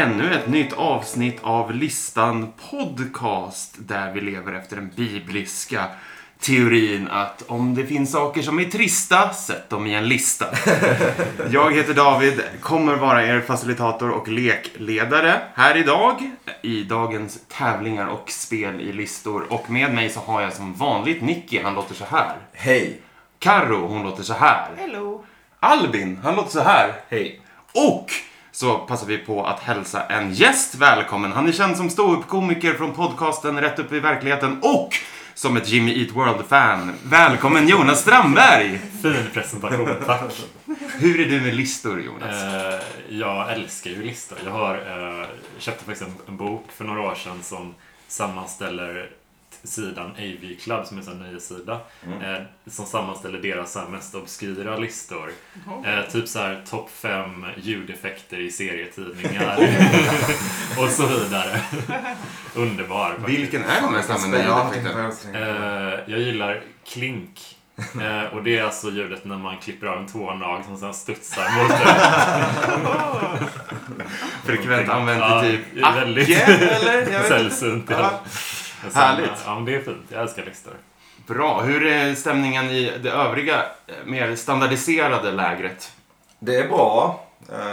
ännu ett nytt avsnitt av Listan podcast där vi lever efter den bibliska teorin att om det finns saker som är trista, sätt dem i en lista. Jag heter David, kommer vara er facilitator och lekledare här idag i dagens tävlingar och spel i listor. Och med mig så har jag som vanligt Nicky, han låter så här. Hej. Karo, hon låter så här. Hello. Albin, han låter så här. Hej. Och så passar vi på att hälsa en gäst välkommen. Han är känd som ståuppkomiker från podcasten Rätt upp i verkligheten och som ett Jimmy Eat World-fan. Välkommen Jonas Strandberg! Fin presentation, tack. Hur är du med listor, Jonas? Jag älskar ju listor. Jag har köpte faktiskt en bok för några år sedan som sammanställer sidan AV Club, som är en nöjessida, som sammanställer deras mest obskyra listor. Typ så här topp 5 ljudeffekter i serietidningar och så vidare. Underbar. Vilken är den mest använda ljudeffekten? Jag gillar klink. Och det är alltså ljudet när man klipper av en tånagel som sedan studsar mot det. Frekvent använt i typ väldigt eller? sällsynt. Härligt. Ja, men det är fint. Jag älskar listor. Bra. Hur är stämningen i det övriga, mer standardiserade lägret? Det är bra.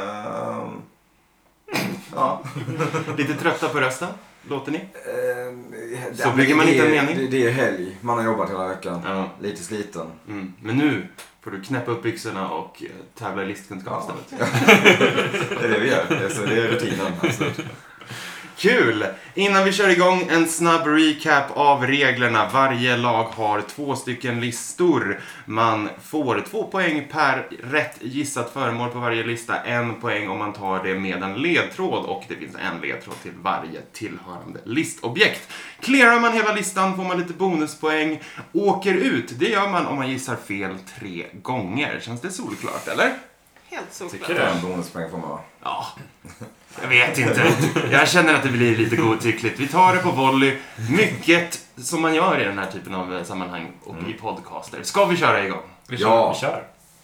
Ja. Lite trötta på rösten? Låter ni? Så bygger man inte en mening? Det är helg. Man har jobbat hela veckan. Ja. Lite sliten. Men nu får du knäppa upp byxorna och tävla i listkunskap istället. Det är det vi gör. Det är rutinen. Absolut. Kul! Innan vi kör igång en snabb recap av reglerna. Varje lag har 2 stycken listor. Man får 2 poäng per rätt gissat föremål på varje lista. 1 poäng om man tar det med en ledtråd. Och det finns en ledtråd till varje tillhörande listobjekt. Clearar man hela listan får man lite bonuspoäng. Åker ut, det gör man om man gissar fel 3 gånger. Känns det solklart, eller? Helt såklart. Tycker du? En bonuspoäng får man va? Ja, jag vet inte. Jag känner att det blir lite godtyckligt. Vi tar det på volley. Mycket som man gör i den här typen av sammanhang och i podcaster. Ska vi köra igång? Vi Ja. kör.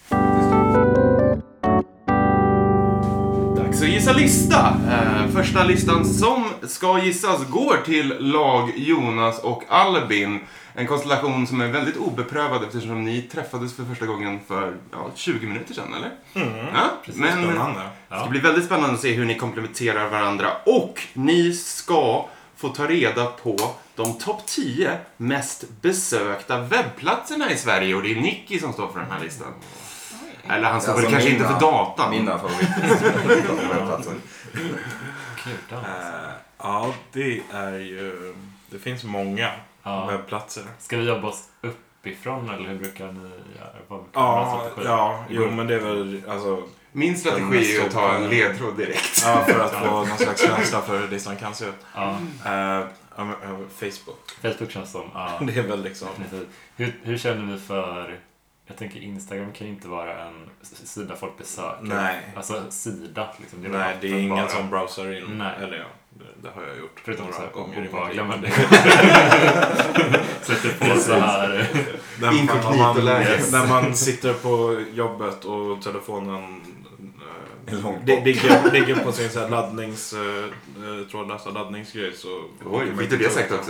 Dags att gissa lista. Första listan som ska gissas går till lag Jonas och Albin. En konstellation som är väldigt obeprövad eftersom ni träffades för första gången för 20 minuter sedan, eller? Ja, men Spännande. det ska bli väldigt spännande att se hur ni komplementerar varandra. Och ni ska få ta reda på de topp 10 mest besökta webbplatserna i Sverige. Och det är Nicky som står för den här listan. Eller han står väl kanske inte för datan. Mina favoritplatser. Kul, Ja, det är ju... Det finns många webbplatser. Ska vi jobba oss uppifrån eller hur brukar ni göra? Vad brukar ni ha strategi? Jo, men det är väl alltså... Min strategi är ju att ta en ledtråd direkt. Ja, för att få någon slags känsla för hur listan kan se ut. Facebook. Facebook känns som... Det är väl liksom... Hur känner ni för... Jag tänker Instagram kan ju inte vara en sida folk besöker. Nej. Alltså sida liksom. Det är ingen som browsar in. Nej. Eller ja, det har jag gjort förutom några så gånger i mitt liv. men det sätter på så här Inkognito-läge. När man sitter på jobbet och telefonen Långt ligger på sin så här trådlösa laddningsgrej så... Oj, fick du det sagt också?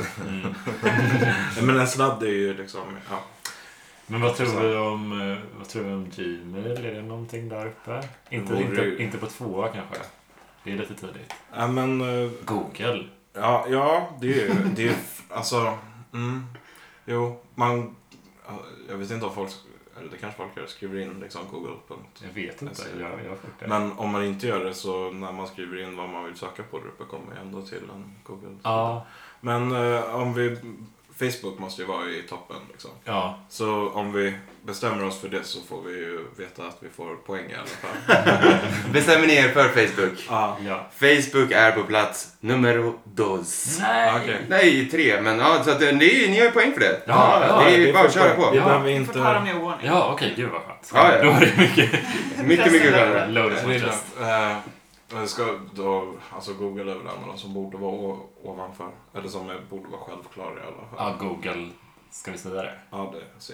Men en sladd är ju liksom... Ja. Men vad tror vi om Gmail? Är det någonting där uppe? Inte på 2 kanske. Det är lite tidigt. Ja, men... Google. Ja, det är alltså... Jo, man... Jag vet inte om folk... Eller det kanske folk skriver in liksom Google. Jag vet inte. Jag fått det. Men om man inte gör det så när man skriver in vad man vill söka på där uppe kommer ändå till en Google. Ja. Men om vi... Facebook måste ju vara i toppen liksom. Ja. Så om vi bestämmer oss för det så får vi ju veta att vi får poäng i alla fall. Bestämmer ni er för Facebook? Ja. Facebook är på plats nummer 2. Nej, 3. Men så att, ni har poäng för det. Det är bara att köra på. Vi behöver Vi får ta dem i ordning. Ja, okej. Gud vad skönt. Ja. Då är det Mycket skönt. loaded. Jag ska då alltså Google överlämna de som borde vara ovanför. Eller som borde vara självklara i alla fall. Ja, Google. Ska vi säga det? Ja, det säger vi.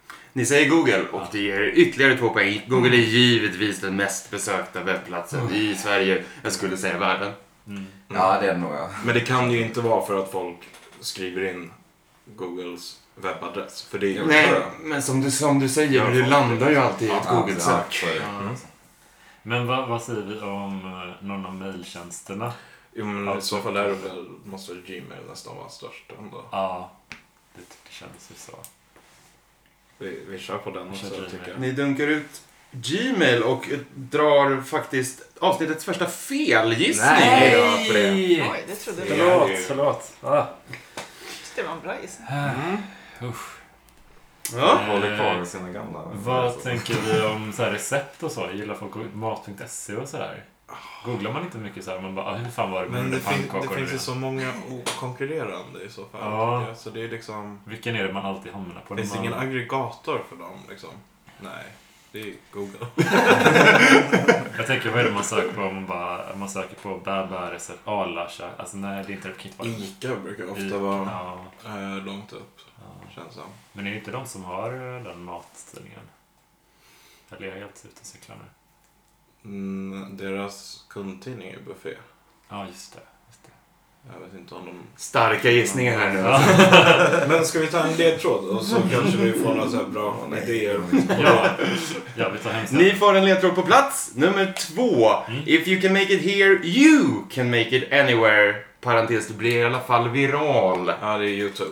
Ni säger Google och det ger ytterligare 2 poäng. Google är givetvis den mest besökta webbplatsen i Sverige. Jag skulle säga världen. Ja, det är det nog ja. Men det kan ju inte vara för att folk skriver in Googles webbadress. För det är ju Nej, men som du säger, det landar ju alltid i ett Google-sök. Men vad säger vi om någon av mejltjänsterna? Jo, men i så fall är det väl, måste Gmail nästan vara störst ändå. Ja, det känns ju så. Vi kör på den också tycker jag. Ni dunkar ut Gmail och drar faktiskt avsnittets första felgissning. Nej då, för det. Oj, det trodde jag. Förlåt. Det var en bra gissning. Usch. Ja. Håller kvar med sina gamla. Vad tänker vi om så här recept och så? Gillar folk mat.se och sådär? Googlar man inte mycket så här? Man bara, hur fan var det med Men det pannkakor? finns ju så många konkurrerande i så fall. Ja. tycker jag. Så det är liksom... Vilken är det man alltid hamnar på? Det finns ingen aggregator för dem liksom. Nej, det är Google. Jag tänker, vad är det man söker på? Om man söker på bärrecept, Arlasha. Alltså nej, det är inte riktigt vad det är. Ica brukar ofta vara Ja. långt upp. Känns som. Men är det inte de som har den mattidningen? Eller är jag helt ute och cyklar nu? Deras kundtidning är Buffé. Ja, just det. Jag vet inte om de... Starka gissningar här nu. Men ska vi ta en ledtråd och så kanske vi får några så här bra idéer. Ja, vi tar hem sen. Ni får en ledtråd på plats. Nummer 2. If you can make it here, you can make it anywhere. Parentes, det blir i alla fall viral. Ja, det är YouTube.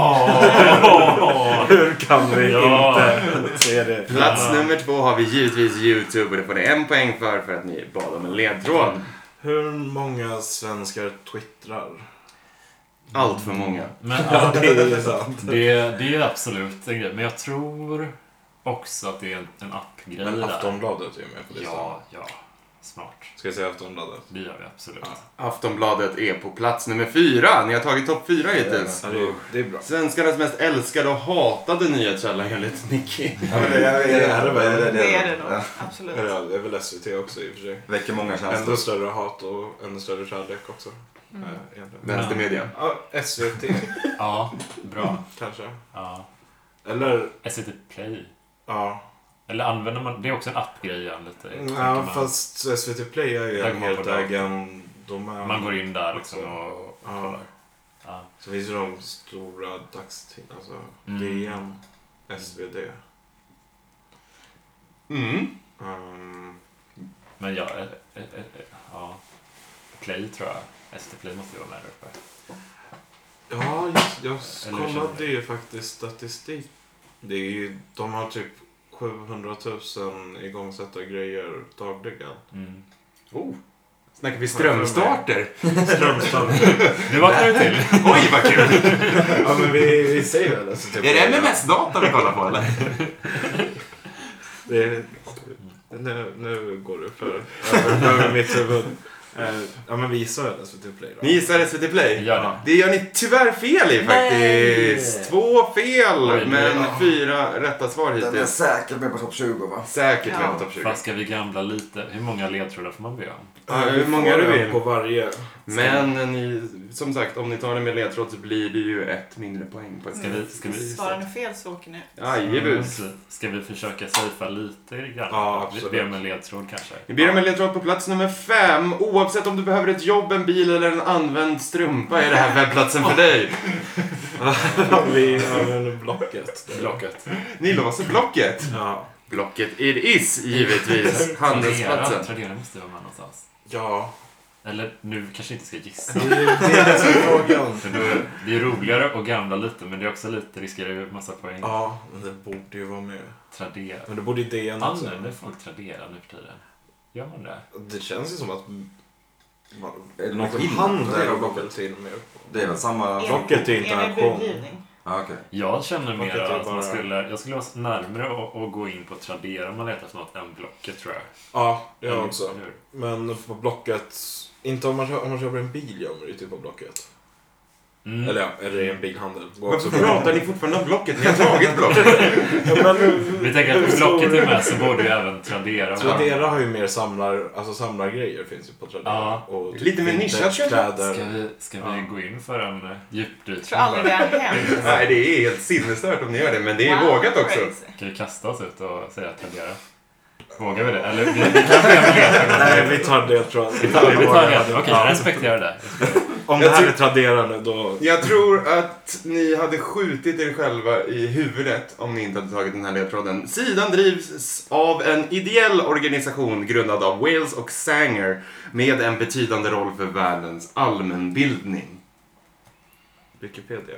Hur kan vi inte se det? Plats nummer 2 har vi givetvis YouTube och det får ni 1 poäng för att ni bad om en ledtråd. Hur många svenskar twittrar? Allt för många. Men, Det är sant. det är absolut en grej. Men jag tror också att det är en appgrej Men där. Aftonbladet är ju med på listan. Ja. Smart. Ska jag säga Aftonbladet? Det gör vi absolut. Aftonbladet är på plats nummer 4. Ni har tagit topp 4 hittills. Ja, det är bra. Svenskarnas mest älskade och hatade nyhetskälla enligt Nicky. Ja, men det Det är det nog, absolut. Ja, det är väl SVT också i och för sig. väcker många känslor. Ännu större hat och ännu större kärlek också. Egentligen. Vänstermedia. Ja, SVT Ja, bra. kanske. Ja. Eller, SVT Play. ja. Eller använder man... Det är också en appgrej lite. tänker Ja, man. fast SVT Play är ju Där en går man helt på egen domän. Man går in där liksom och Ja. kollar. Ja. Så finns ju de stora dagstidningarna, alltså Mm. DN, SvD. Men ja, Play tror jag. SVT Play måste ju vara med där uppe. Ja, jag Eller kollade ju faktiskt statistik. Det är ju, de har typ 700 000 igångsatta grejer dagligen. Mm. Snackar vi strömstarter? Strömstarter. Nu vaknar du till. Oj, vad kul! Ja, men vi säger väl alltså, typ Är det MMS-data vi kollar på, eller? Nu går det för över mitt huvud. Ja, men vi gissar väl SVT Play då. Ni gissar SVT Play? Ja. Det gör ni tyvärr fel i faktiskt. Nej. 2 fel, Oj, men ja. 4 rätta svar Den är hittills. säkert med på topp 20 va? Säkert Ja. med på topp 20. Fast ska vi gambla lite? Hur många ledtrådar får man be om? Ja, hur många du vill. På varje. Men ni, som sagt, om ni tar det med ledtråd så blir det ju 1 mindre poäng på ett. Ska vi Svarar ni fel så åker ni ut. Jajebus. Ska vi försöka safea lite grann? Ja, absolut. Be om en ledtråd kanske. Vi ber om en ledtråd på plats nummer 5. Oavsett om du behöver ett jobb, en bil eller en använd strumpa är det här webbplatsen för dig. Vi använder Blocket. Blocket. Ni låser Blocket. Ja. Blocket it is, givetvis. Handelsplatsen. Tradera måste vara med någonstans. Ja. Eller nu kanske inte ska gissa. Det är det som är frågan. För det är roligare att gambla lite, men det är också lite, riskerar ju massa poäng. Ja, men det borde ju vara med. Tradera. Men det borde ju DN också. Använder folk Tradera nu för tiden? Gör man det? Det känns ju som att Är det någon handel skillnad? och Blocket till mer på. Det är väl samma... Blocket är inte Är det auktion. budgivning? Ja, okej. Jag känner mer Blocket är att bara- jag skulle vara närmare att gå in på Tradera om man letar efter något än Blocket, tror jag. Ja, det har jag också. Eller hur? Men på Blocket, inte om man köper en bil gör man det typ på Blocket. Eller ja, eller i en bilhandel. Varför pratar ni fortfarande om Blocket? Ni har tagit Blocket. Vi tänker att Blocket är med så borde ju även Tradera. Tradera har ju mer samlargrejer finns ju på Tradera. Ja. Och Lite mer nischat kläder. Ska vi gå in för en djupdykning? Jag tror aldrig det har hänt. Nej, det är helt sinnesstört om ni gör det, men det är vågat också. Crazy. Ska vi kasta oss ut och säga Tradera? Vågar vi det? Eller vi kan börja med ledtrådar. Nej, vi tar det tror jag. Vi tar det. Okej, jag respekterar det. Om det här är Tradera nu då... Jag tror att ni hade skjutit er själva i huvudet om ni inte hade tagit den här ledtråden. Sidan drivs av en ideell organisation grundad av Wales och Sanger med en betydande roll för världens allmänbildning. Wikipedia.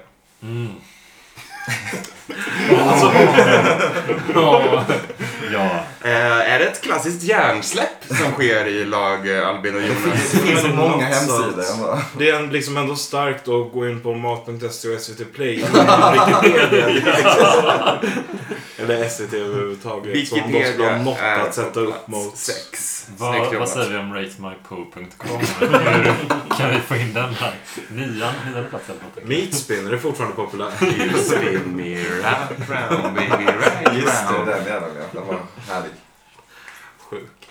Ja. Är det ett klassiskt hjärnsläpp som sker i lag Albin och Jonas? Det finns så många Något hemsidor. sånt. Det är liksom ändå starkt att gå in på mat.se och SVT Play i Wikipedia. Eller SVT överhuvudtaget. Som de skulle ha något att sätta upp mot 6. Vad säger vi om ratemypoo.com? Hur kan vi få in den här? Nionde plats eller något? Meatspinner är fortfarande populärt. You spin me right round, baby, right Just det, round. den jävla den var härlig. Sjuk.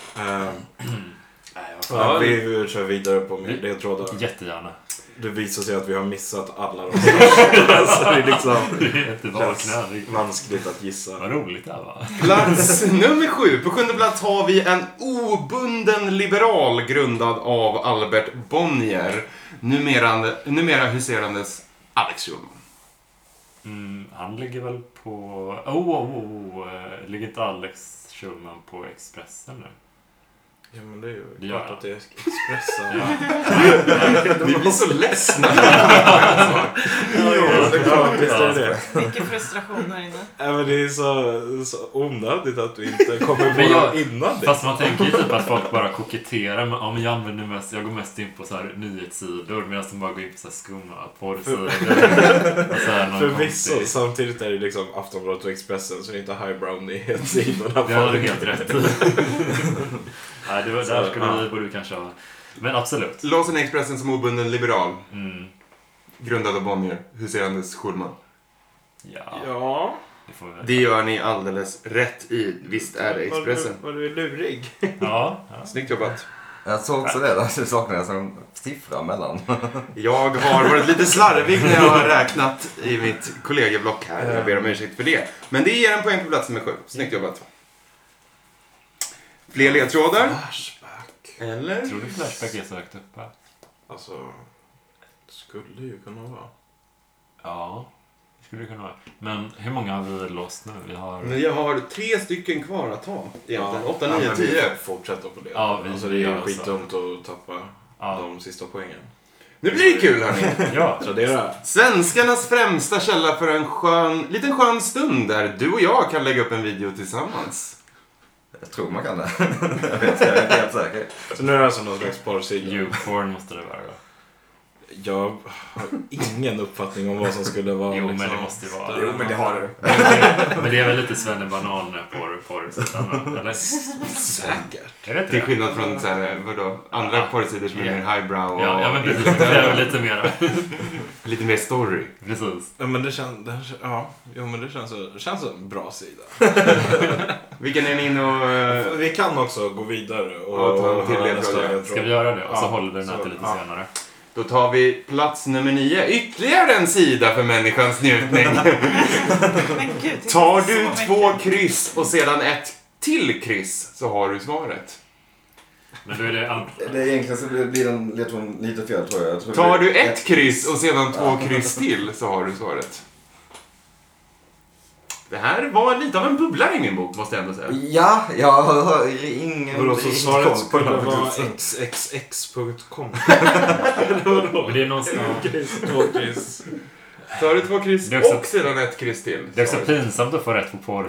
Nej, Vi kör vidare på mer ledtrådar. jättegärna. Det visar sig att vi har missat alla de så det är liksom Det är inte vaknödig. vanskligt att gissa. Vad roligt det här var. Plats nummer 7. På 7:e plats har vi en obunden liberal grundad av Albert Bonnier. Numera huserandes Alex Schulman. Han ligger väl på... ligger inte Alex Schulman på Expressen nu? Ja, men det är ju Det klart gör att det är Expressen. Ni blir så ledsna. Det är klart, visst är det. Mycket frustration här inne. Ja, men det är så onödigt att vi inte kommer på Men jag- något innan det. Fast man tänker ju typ att folk bara koketterar med, men jag går mest in på så här nyhetssidor medan de bara går in på så här skumma porrsidor. Förvisso, samtidigt är det liksom Aftonbladet och Expressen så det är inte highbrow nyhetssidorna. Det har du helt rätt i. Nej, det var där skulle vi borde kanske ha. Men absolut. Låsen Expressen som obunden liberal. Grundad av Bonnier. Huserandes Schulman. Ja. Det får vi Det gör ni alldeles rätt i. Visst är det Expressen. Var du lurig? Ja. Snyggt jobbat. Jag såg också det där, det saknades en siffra mellan. Jag har varit lite slarvig när jag har räknat i mitt kollegieblock här. Jag ber om ursäkt för det. Men det ger en poäng på plats nummer 7. Snyggt jobbat. Fler ledtrådar? Flashback. Eller? Tror du Flashback är så högt uppe? Alltså, det skulle ju kunna vara. Ja, det skulle det kunna vara. Men hur många har vi låst nu? Vi har... Men jag har 3 stycken kvar att ta. Egentligen. 8, 9, men vi 10. får fortsätta på det. Ja, vi alltså, det är gör ju så. skitdumt att tappa Ja. de sista poängen. Nu blir det kul hörni. Ja. Tradera. Svenskarnas främsta källa för en liten skön stund där du och jag kan lägga upp en video tillsammans. Jag tror man kan det. Jag är inte helt säker. Så nu är det alltså någon slags porrsida. YouPorn måste det vara då. Jag har ingen uppfattning om vad som skulle vara. Jo, liksom, men det måste ju vara. Jo, men det har du. Men det är väl lite svennebanan på porrsidan, eller? Säkert. Jag vet Till inte. skillnad från så här, andra porrsidor som är mer highbrow och Ja, men precis. Det är lite mer. lite mer story. Precis. Ja, men det känns som en bra sida. Vilken är ni inne och... Vi kan också gå vidare och Ja, ta en till höra ledtråd, ja. ledtråd. Ska vi göra det? Och så Ja, håller vi den här så, till lite ja. senare. Då tar vi plats nummer 9. Ytterligare en sida för människans njutning. Men gud, det Tar finns du så 2 mycket. kryss och sedan ett till kryss så har du svaret. Men då är det... Det är egentligen så blir den ledtråden lite fel tror jag. Tar du ett kryss och sedan 2 kryss till så har du svaret. Det här var lite av en bubblare i min bok, måste jag ändå säga. Ja, jag har ingen... Vadå, så svaret koll på skulle det här vara faktiskt. xxx.com. Men det är någonstans... Två kryss. Så har du 2 kryss Det är också- och sedan 1 kryss till. Det är också pinsamt att få rätt på porr.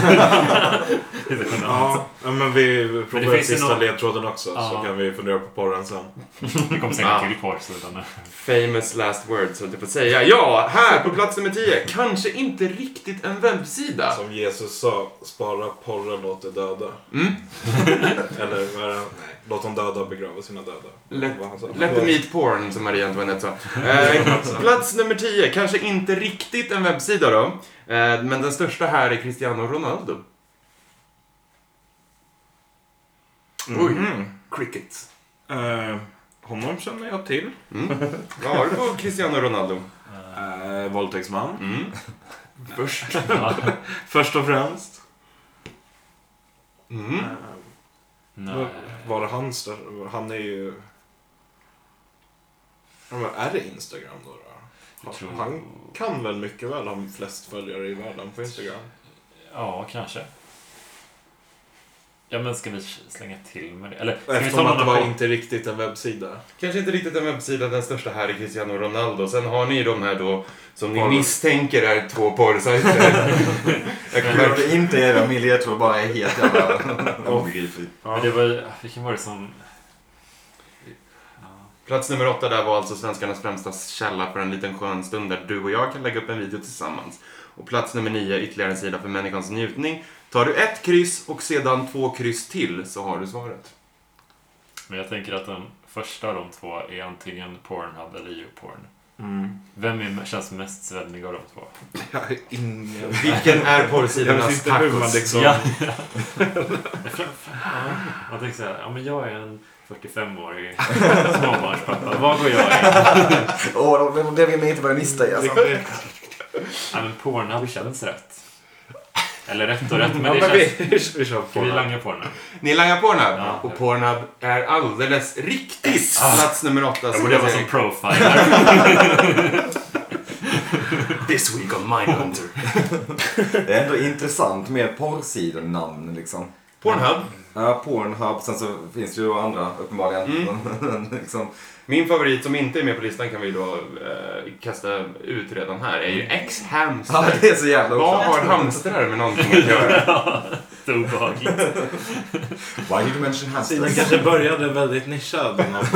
Ja, men vi provar finns ju sista någon- ledtråden också, Ja. så kan vi fundera på porren sen. Det kommer säkert till porrsidan. Famous last words, så jag får säga. Ja, här på plats nummer 10. Kanske inte riktigt en webbsida. Som Jesus sa, spara porren, låt det döda. Mm. Eller vad är det? Nej, låt dem döda och begrava sina döda. Vad han sa. Let them eat porn, som Marie Antoinette sa. Plats nummer 10. Kanske inte riktigt en webbsida då. Men den största här är Cristiano Ronaldo. Oj, cricket. Honom känner jag till. Vad har du på Cristiano Ronaldo? Våldtäktsman. Först. Först och främst. Nej. Var det hans där? Han är ju... Ja, men är det Instagram då? Jag tror- Han kan väl mycket väl ha flest följare i världen på Instagram. Ja, kanske. Ja, men ska vi slänga till med det? Eller ska vi Eftersom ta att det någon var på... inte riktigt en webbsida. Kanske inte riktigt en webbsida, den största här är Cristiano Ronaldo. Sen har ni de här då, som ni Porr. misstänker är 2 porrsajter. Jag kan Hur verkligen- det inte är det, min ledtråd bara är helt jävla obegriplig. Men det var vilken var det som... Plats nummer 8 där var alltså svenskarnas främsta källa för en liten skön stund där du och jag kan lägga upp en video tillsammans. Och plats nummer 9, ytterligare en sida för människans njutning. Tar du 1 kryss och sedan 2 kryss till så har du svaret. Men jag tänker att den första av de 2 är antingen Pornhub eller YouPorn. Mm. Vem känns mest svennig av de 2? Jag har ingen... Vilken är Jag vet porrsidornas inte hur man tacos? liksom... Ja. Jag tänker såhär, ja men jag är en 45-årig småbarnspappa. Vad går jag in? Det vill man inte börja nysta i alltså. Ja men Pornhub känns rätt. Eller rätt och rätt, men Ja, det men känns... vi kör på Ska vi det. langa Pornhub? Ni langar Pornhub. Ja. Och Pornhub är alldeles riktigt plats nummer 8. Jag borde vara som profiler. This week on Mindhunter. Det är ändå intressant med porrsidor-namn liksom. Pornhub. Ja, Pornhub, sen så finns det ju andra uppenbarligen. Liksom. Min favorit som inte är med på listan kan vi då kasta ut redan här är ju Ja, X-hamster. det är så jävla Vad oklart. har hamstrar med någonting att göra? Det är obehagligt. Why did you mention Sidan hamsters? kanske började väldigt nischad.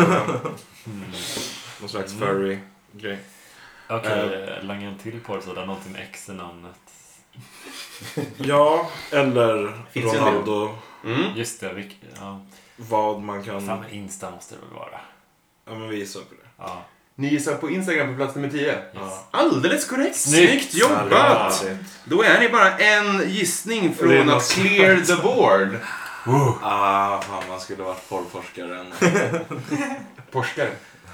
Någon slags furry-grej. Okej, langa en till porrsida, någonting med X i namnet. Ja, eller Finns ju Ronaldo. Just det, ja. Vad man kan... Fan, men Insta måste det väl vara. Ja, men vi gissar på det. Ja. Ni gissar på Instagram på plats nummer 10. Yes. Alldeles korrekt. Snyggt. Snyggt jobbat! Då är ni bara en gissning från att clear the board. Fan, man skulle varit porrforskare än... Forskare.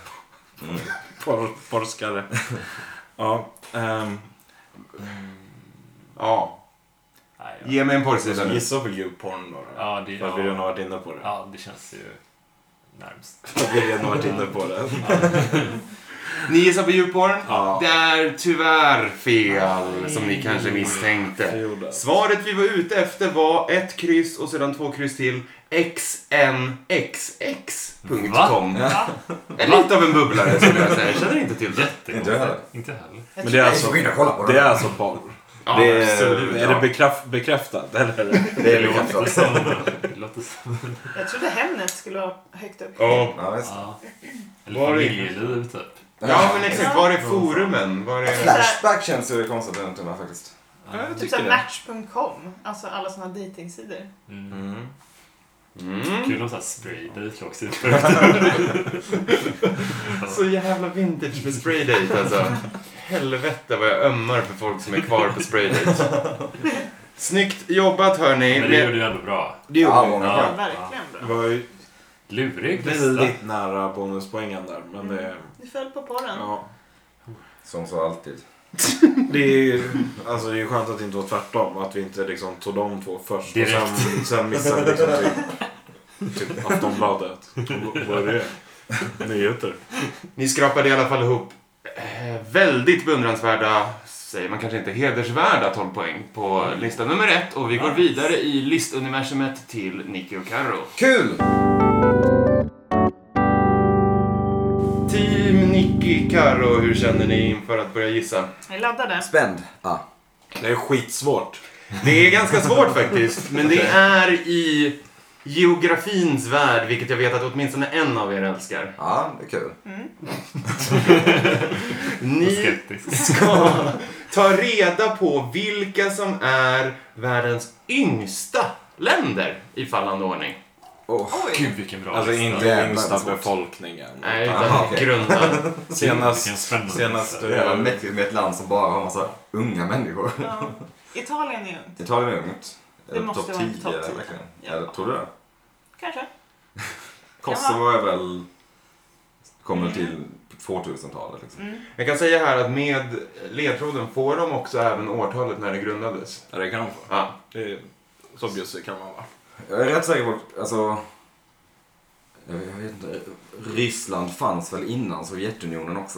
Porrskare. Ja. Ja. Nej, Ge mig en porrsida nu. Gissa på YouPorn då. ja, det, För att vi redan har varit inne på det. ja, det känns ju närmst. För att vi redan har varit inne på det. Ni gissar på YouPorn. Ja. Det är tyvärr fel, som ni kanske misstänkte. gjorde. Svaret vi var ute efter var 1 kryss och sedan 2 kryss till xnxx.com. Lite av en bubblare skulle jag säga. Jag känner inte till det. Inte jag heller. Inte heller. Men det är Jag alltså... får gå in och kolla på Det det. är alltså porr. Ja, Det är- absolut. Är det bekräftat? Eller? Det är Det bekräftat. låter som... Det låter som... Jag trodde Hemnet skulle vara högt upp. Ja. Ja, visst. Ja. Eller Var det- familjeliv, typ. Ja, men exakt. Var är forumen? Var är... Flashback känns ju konstigt egentligen faktiskt. Ja, jag Typ tycker såhär det. Match.com. Alltså alla såna datingsidor. Mm. Mm. Kul om såhär spraydate också. Så jävla vintage med spraydate alltså. Helvete vad jag ömmar för folk som är kvar på spraydate. Snyggt jobbat hörni. Men det gjorde du ändå bra. Det gjorde Ja, vi. många Ja, bra. verkligen Det bra. var ju Lurig lista. väldigt nära bonuspoängen där. Men det... Du föll på porren. Ja. Som så alltid. Det är ju alltså det är ju skönt att det inte var tvärtom. Att vi inte liksom tog de 2 först. Direkt. Och sen missade liksom typ Aftonbladet. Vad är det? Nyheter. Ni skrapade i alla fall ihop väldigt beundransvärda, säger man kanske inte, hedersvärda 12 poäng på lista nummer 1. Och vi går vidare i listuniversumet till Nicky och Karo. Kul! Team Nicky, Karo, hur känner ni inför att börja gissa? Jag är laddade. Spänd. Det är skitsvårt. Det är ganska svårt faktiskt, men det är i geografins värld, vilket jag vet att åtminstone en av er älskar. Ja, det är kul. Ni Skeptisk. ska ta reda på vilka som är världens yngsta länder i fallande ordning. Oj. Gud vilken bra Alltså lista. inte Jävlar, yngsta svårt. befolkningen. Nej, utan utan okej. grundad. Vilken spännande Senast Det är mäktigt med ett land som bara har massa unga människor. Ja. Italien är ungt. Italien är ungt. Det måste topp vara 10 topp 10. verkligen. Ja. Eller tror du det? Kanske. Kosovo är väl... Kommer till 2000-talet liksom. Jag kan säga här att med ledtråden får de också även årtalet när det grundades. Ja, det kan de få. Ja. Det är, så bjussig kan man vara. Jag är rätt säker på att, alltså... Jag vet inte. Ryssland fanns väl innan Sovjetunionen också?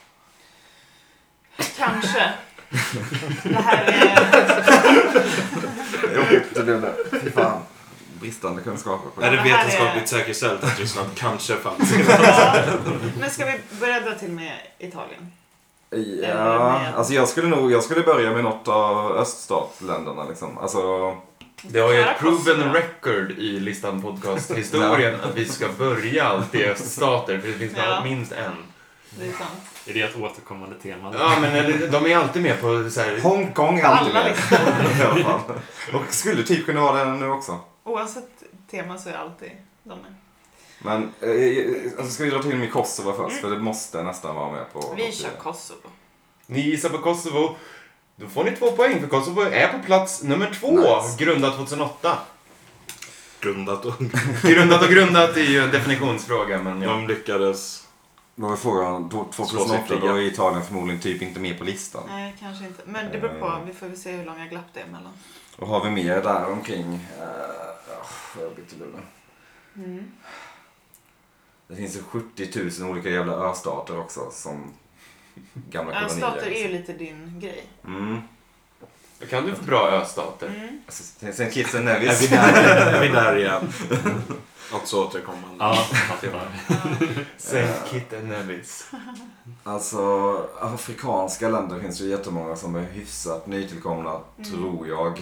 Kanske. Det här är... Jobbigt det blev det. Fy fan. Bristande kunskaper på Är det. det det här vetenskapligt är- säkerställt att Ryssland kanske fanns? Ja. Men ska vi börja dra till med Italien? Ja, alltså jag skulle börja med något av öststatsländerna liksom. Alltså... Det har ju ett Kära proven Kosovo. record i listan podcast-historien att vi ska börja alltid i öststater, för det finns bara Ja. minst en. Det är sant. Är det ett återkommande tema? Ja, men de är alltid med på så här... Hongkong är alltid Alla med. listor. I alla fall. Och skulle typ kunna vara det nu också. Oavsett tema så är alltid de med. Men alltså ska vi dra till med Kosovo först? För det måste nästan vara med på... Vi kör Kosovo. Ni gissar på Kosovo. Då får ni 2 poäng, för Kosovo är på plats nummer 2, Nice. grundat 2008. Grundat och Grundat är ju en definitionsfråga, men ja. de lyckades... Då var frågan, 2008 då är Italien förmodligen typ inte med på listan. Nej, kanske inte. Men det beror på. Vi får väl se hur långa glapp det är emellan. Och har vi mer där omkring? Vad bytte du nu? Det finns ju 70 000 olika jävla östater också som gamla kolonier. Östater är ju lite din grej. Då kan du få bra östater. Sen Kitsen Är Nevis. är vi där igen? Också återkommande. Ja, fattar. Saint Kitts and Nevis. Alltså, afrikanska länder finns ju jättemånga som är hyfsat nytillkomna, tror jag.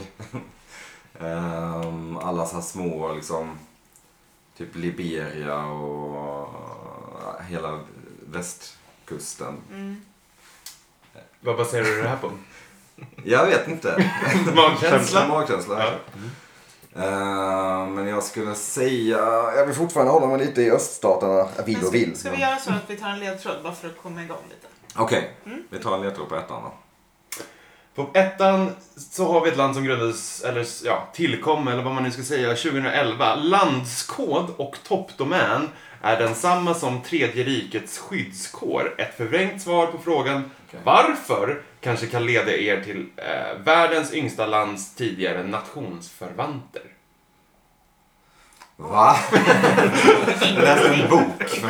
Alla så här små, liksom, typ Liberia och hela västkusten. Vad baserar du det här på? Jag vet inte. Magkänsla? Magkänsla. Ja. Men jag skulle säga, jag vill fortfarande hålla mig lite i öststaterna. Jag vill och vill. Ska vi göra så att vi tar en ledtråd bara för att komma igång lite? Okej, vi tar en ledtråd på ettan då. På ettan så har vi ett land som grundades, eller ja, tillkom, eller vad man nu ska säga, 2011. Landskod och toppdomän är densamma som Tredje rikets skyddskår. Ett förvrängt svar på frågan varför kanske kan leda er till världens yngsta lands tidigare nationsförvanter. Va? Jag läste en bok.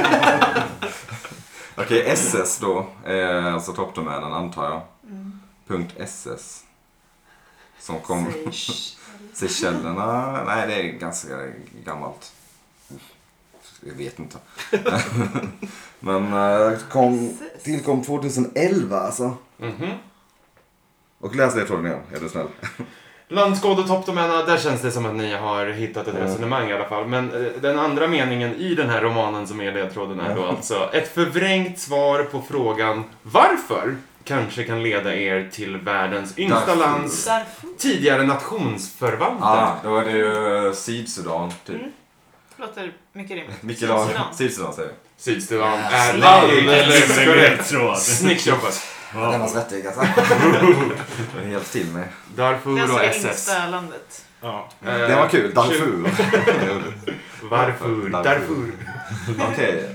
Okej, SS då. Alltså toppdomänen antar jag. .ss. Som kom... Seychellerna. Nej, det är ganska gammalt. Jag vet inte. Men tillkom 2011 alltså. Och läs ledtråden igen, är du snäll. Landskod och toppdomänerna, där känns det som att ni har hittat ett resonemang i alla fall. Men den andra meningen i den här romanen som är ledtråden är då alltså ett förvrängt svar på frågan varför kanske kan leda er till världens yngsta lands tidigare nationsförvanter. Då är det ju Sydsudan typ. Låter mycket rimligt. Vilket Sydsudan säger vi. Sydsudan är Snyggt. alldeles korrekt. Tråd. Snyggt jobbat. Den var svettig alltså. Det är helt till mig. Det är Darfur alltså och det SS. yngsta landet. Ja. Det var kul. Darfur. Darfur. Okej.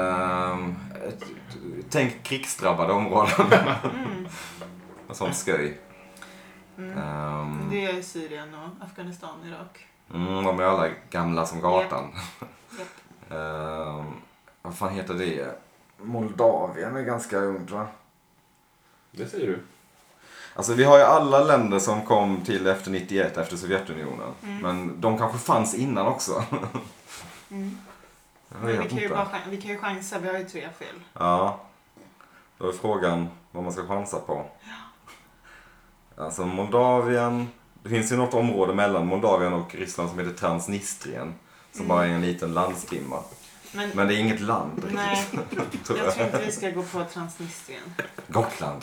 Tänk krigsdrabbade områden. Sånt skoj. Det är Syrien och Afghanistan, Irak. De är alla gamla som gatan. Japp. Vad fan heter det? Moldavien är ganska ungt va? Det säger du. Alltså vi har ju alla länder som kom till efter 91 efter Sovjetunionen. Men de kanske fanns innan också. Men vi kan ju chansa, vi har ju 3 fel. Ja. Då är frågan vad man ska chansa på. Alltså Moldavien. Det finns ju något område mellan Moldavien och Ryssland som heter Transnistrien. Som bara är en liten landstimma. Men det är inget land riktigt. Nej, jag tror inte vi ska gå på Transnistrien. Gotland.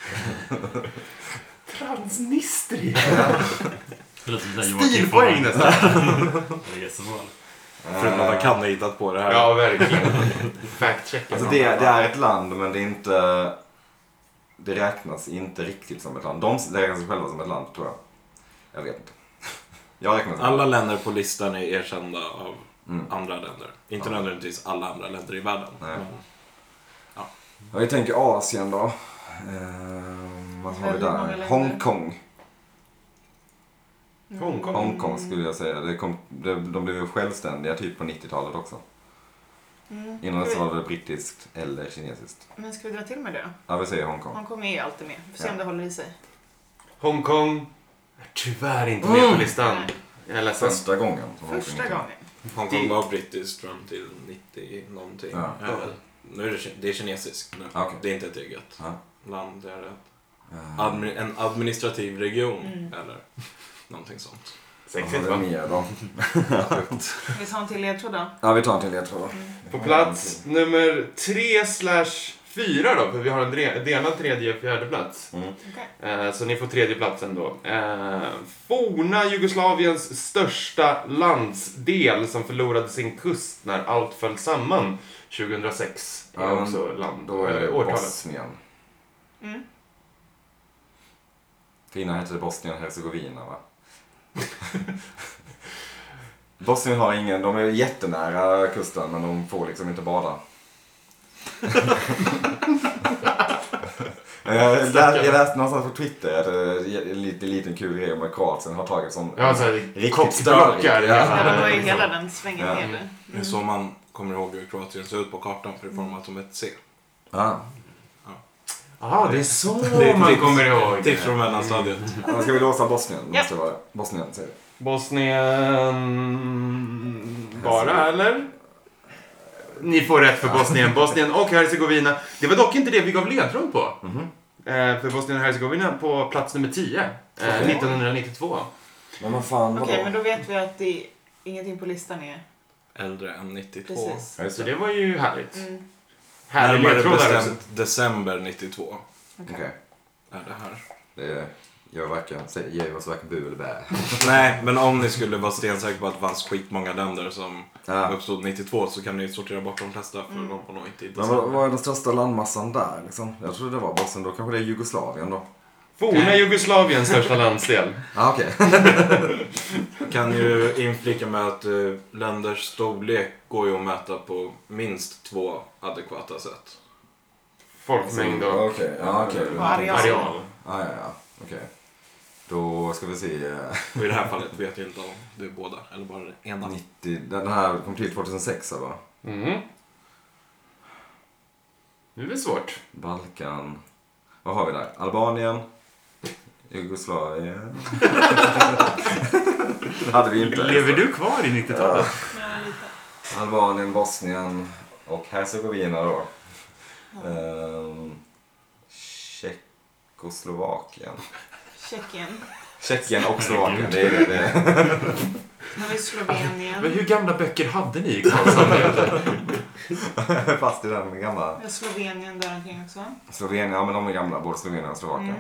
Transnistrien. Stilpoäng nästan. Resmål. Förutom att man kan ha hittat på det här. Ja, verkligen. Fact-check. Alltså det är ett land men det är inte... Det räknas inte riktigt som ett land. De räknar sig själva som ett land tror jag. Jag vet inte. Jag räknar som Alla länder på listan är erkända av andra länder. Inte nödvändigtvis alla andra länder i världen. Nej. Men, Ja, vi tänker Asien då. Vad har vi där? Hongkong. Hongkong skulle jag säga. De blev ju självständiga typ på 90-talet också. Innan så var det brittiskt eller kinesiskt. Men ska vi dra till med det då? Ja, vi säger Hongkong. Hongkong är ju alltid med. Vi får se om det håller i sig. Hongkong är tyvärr inte med på listan. Jag är ledsen. Första gången. Första gången. Hongkong var brittiskt fram till 90 någonting. Ja. Nu är det är kinesiskt nu. Okay. Det är inte ett eget land. Det är en administrativ region eller någonting sånt. Sexigt va? Mer då. Vi tar en till ledtråd då. Ja, vi tar en till ledtråd då. På plats nummer 3/4 då, för vi har en delad tredje och fjärde plats. Okay. Så ni får tredje platsen då. Forna Jugoslaviens största landsdel som förlorade sin kust när allt föll samman 2006. Är också land. Då är det årtalet. Bosnien. Innan hette det Bosnien-Hercegovina va? Bosnien har ingen, de är jättenära kusten men de får liksom inte bada. Jag läste någonstans på Twitter att en liten kul grej om att Kroatien har tagit som riktigt störigt. Ja, det var ju hela den svängen med. Det är så man kommer ihåg hur Kroatien ser ut på kartan för det är format som ett C. Ja, det är så det är man kommer ihåg. Tips från mellanstadiet. Ja, ska vi låsa Bosnien? Måste vara Bosnien säger vi. Bosnien bara eller? Ni får rätt för Bosnien. Bosnien och Hercegovina. Det var dock inte det vi gav ledtråd på. För Bosnien och Hercegovina på plats nummer 10. 1992. Men vad fan Okej, men då vet vi att det ingenting på listan är Äldre än 92. precis. Så det var ju härligt. Närmare Ledtrådar också. bestämt december 92 Okej. är det här. Det ger oss varken bu eller bä. Nej, men om ni skulle vara stensäkra på att det fanns skitmånga länder som uppstod 92 så kan ni sortera bort de flesta för de var nog inte i Men vad är den största landmassan där liksom? Jag trodde det var Bosnien, då kanske det är Jugoslavien då. Forna Jugoslaviens största landsdel. Okej. Kan ju inflika med att länders storlek går ju att mäta på minst 2 adekvata sätt. Folkmängd och Okej. areal. Ja. Okej. Då ska vi se. Och i det här fallet vet jag inte om det är båda eller bara det ena. 90, den här kom till 2006 va? Nu är det svårt. Balkan. Vad har vi där? Albanien. Jugoslavien. Hade vi inte. Lever du kvar i 90-talet? Albanien, Bosnien och Hercegovina då. Tjeckoslovakien. Tjeckien och Slovakien, det är det. Har vi Slovenien. Men hur gamla böcker hade ni i Karlshamn? Fast i den gamla. Vi har Slovenien där omkring också. Slovenien, ja men de är gamla, både Slovenien och Slovakien.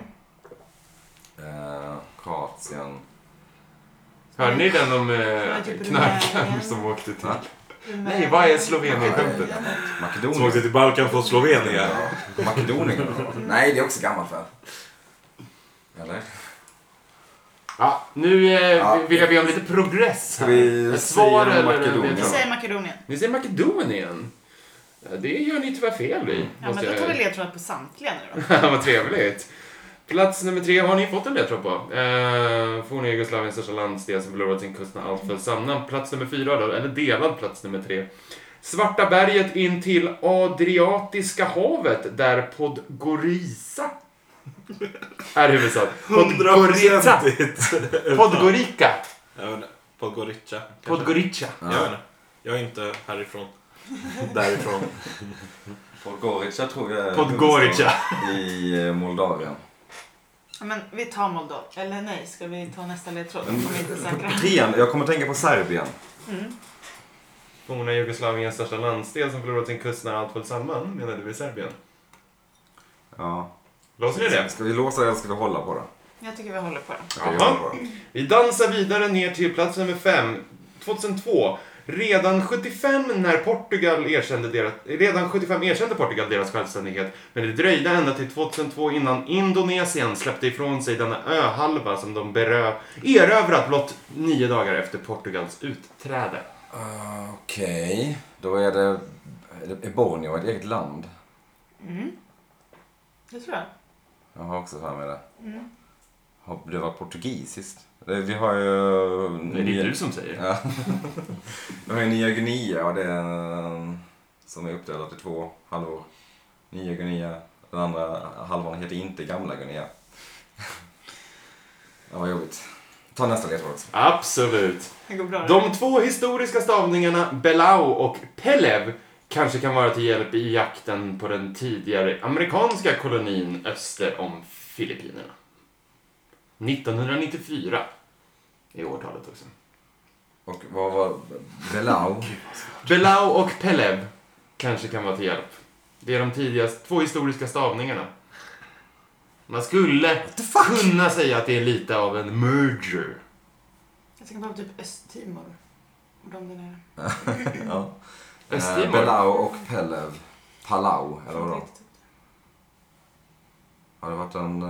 Kroatien. Hörde ni den om knarkaren som åkte till? Nej, vad är Slovenien-skämtet? Som åkte Makedonien. till Balkan från Slovenien. Makedonien. Nej, det är också gammalt för. Eller? Ja, nu vill jag be om lite progress. Ska vi ett svar säga eller Makedonien? Vi säger Makedonien. Ni säger Makedonien. Ja, det gör ni tyvärr fel i. Ja, men då tar vi ledtråd på samtliga nu då. Vad trevligt. Plats nummer 3 har ni fått en ledtråd på. Forna Jugoslaviens största landsdel som förlorat sin kust när allt föll samman. Plats nummer 4 då, eller delad plats nummer 3. Svarta berget in till Adriatiska havet där Podgorica är huvudstad. Podgorica. Podgorica. Jag vet inte. Podgorica. Podgorica. Jag vet inte. Jag är inte härifrån. därifrån. Podgorica tror jag är Podgorica. i Moldavien. Ja, men vi tar Moldavien. Eller nej, ska vi ta nästa ledtråd? Om vi inte är säkra. Trean, jag kommer att tänka på Serbien. Forna Jugoslaviens största landsdel som förlorat sin kust när allt föll samman, menar du i Serbien? Ja. Låser ni det? Ska vi låsa det eller ska vi hålla på det? Jag tycker vi håller på det. Okej, vi Jaha. håller på det. Vi dansar vidare ner till plats nummer 5. 2002. Redan 75 erkände Portugal deras självständighet. Men det dröjde ända till 2002 innan Indonesien släppte ifrån sig denna öhalva som de erövrat blott 9 dagar efter Portugals utträde. Okej, då är det Borneo ett eget land. Det tror jag. Jag har också för mig det. Mm. Har det varit portugisiskt? Vi har ju... Det är du som säger. Ja. Vi har ju Nya Guinea och det är som är uppdelat i 2 halvor. Nya Guinea, den andra halvan heter inte Gamla Guinea. Ja, vad jobbigt. Ta nästa ledtråd också. Absolut. Det går bra. De 2 historiska stavningarna Belau och Pelev kanske kan vara till hjälp i jakten på den tidigare amerikanska kolonin öster om Filippinerna. 1994 är årtalet också. Och vad var Belau? Belau och Pelev kanske kan vara till hjälp. Det är de tidigaste 2 historiska stavningarna. Man skulle kunna säga att det är lite av en merger. Jag tänker bara på typ Östtimor. Och de där nere. Ja. Östtimor. Belau och Pelev. Palau, eller vadå? Har det varit en...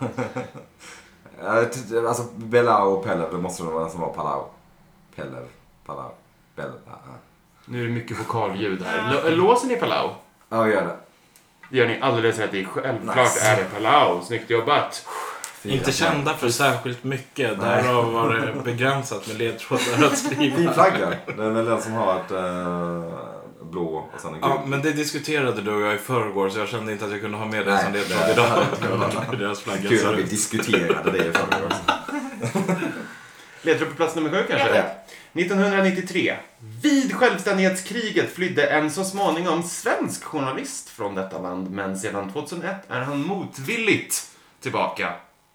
alltså Belau och Pelev, det måste det vara den som var Palau. Pelev, Palau, Pelev. Nu är det mycket vokalljud här. Låser ni Palau? Ja, gör det. Det gör ni alldeles rätt i. Självklart Nice. är det Palau. Snyggt jobbat. Inte kända för särskilt mycket. Därav var det begränsat med ledtrådar att skriva. Fin flagga. Det är väl den som har ett blå och sen en gul. Ja, men det diskuterade du och jag i förrgår så jag kände inte att jag kunde ha med det som ledtråd idag. Hur deras flagga Kul ser att vi ut. diskuterade det i förrgår också. Ledtråd på plats nummer 7 kanske? Ja. 1993. Vid självständighetskriget flydde en så småningom svensk journalist från detta land, men sedan 2001 är han motvilligt tillbaka.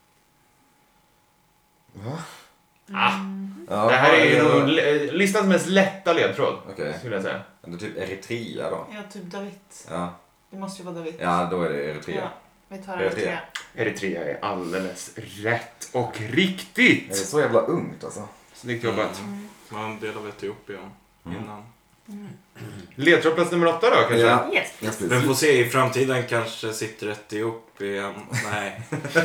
Va? Ah, Ja, det här är ju ja, nog listans mest lätta ledtråd, Okej. skulle jag säga. Det är typ Eritrea då. Ja, typ David. Ja, Det måste ju vara David. ja då är det Eritrea. Ja, vi tar Eritrea. Eritrea. Eritrea är alldeles rätt och Är det riktigt. så jävla ungt alltså? Snyggt jobbat. Det var en del av Etiopien innan. Ledtråd plats nummer 8 då kanske? Ja. Yes. Yes, Men please. får se, i framtiden kanske sitter Etiopien. Nej.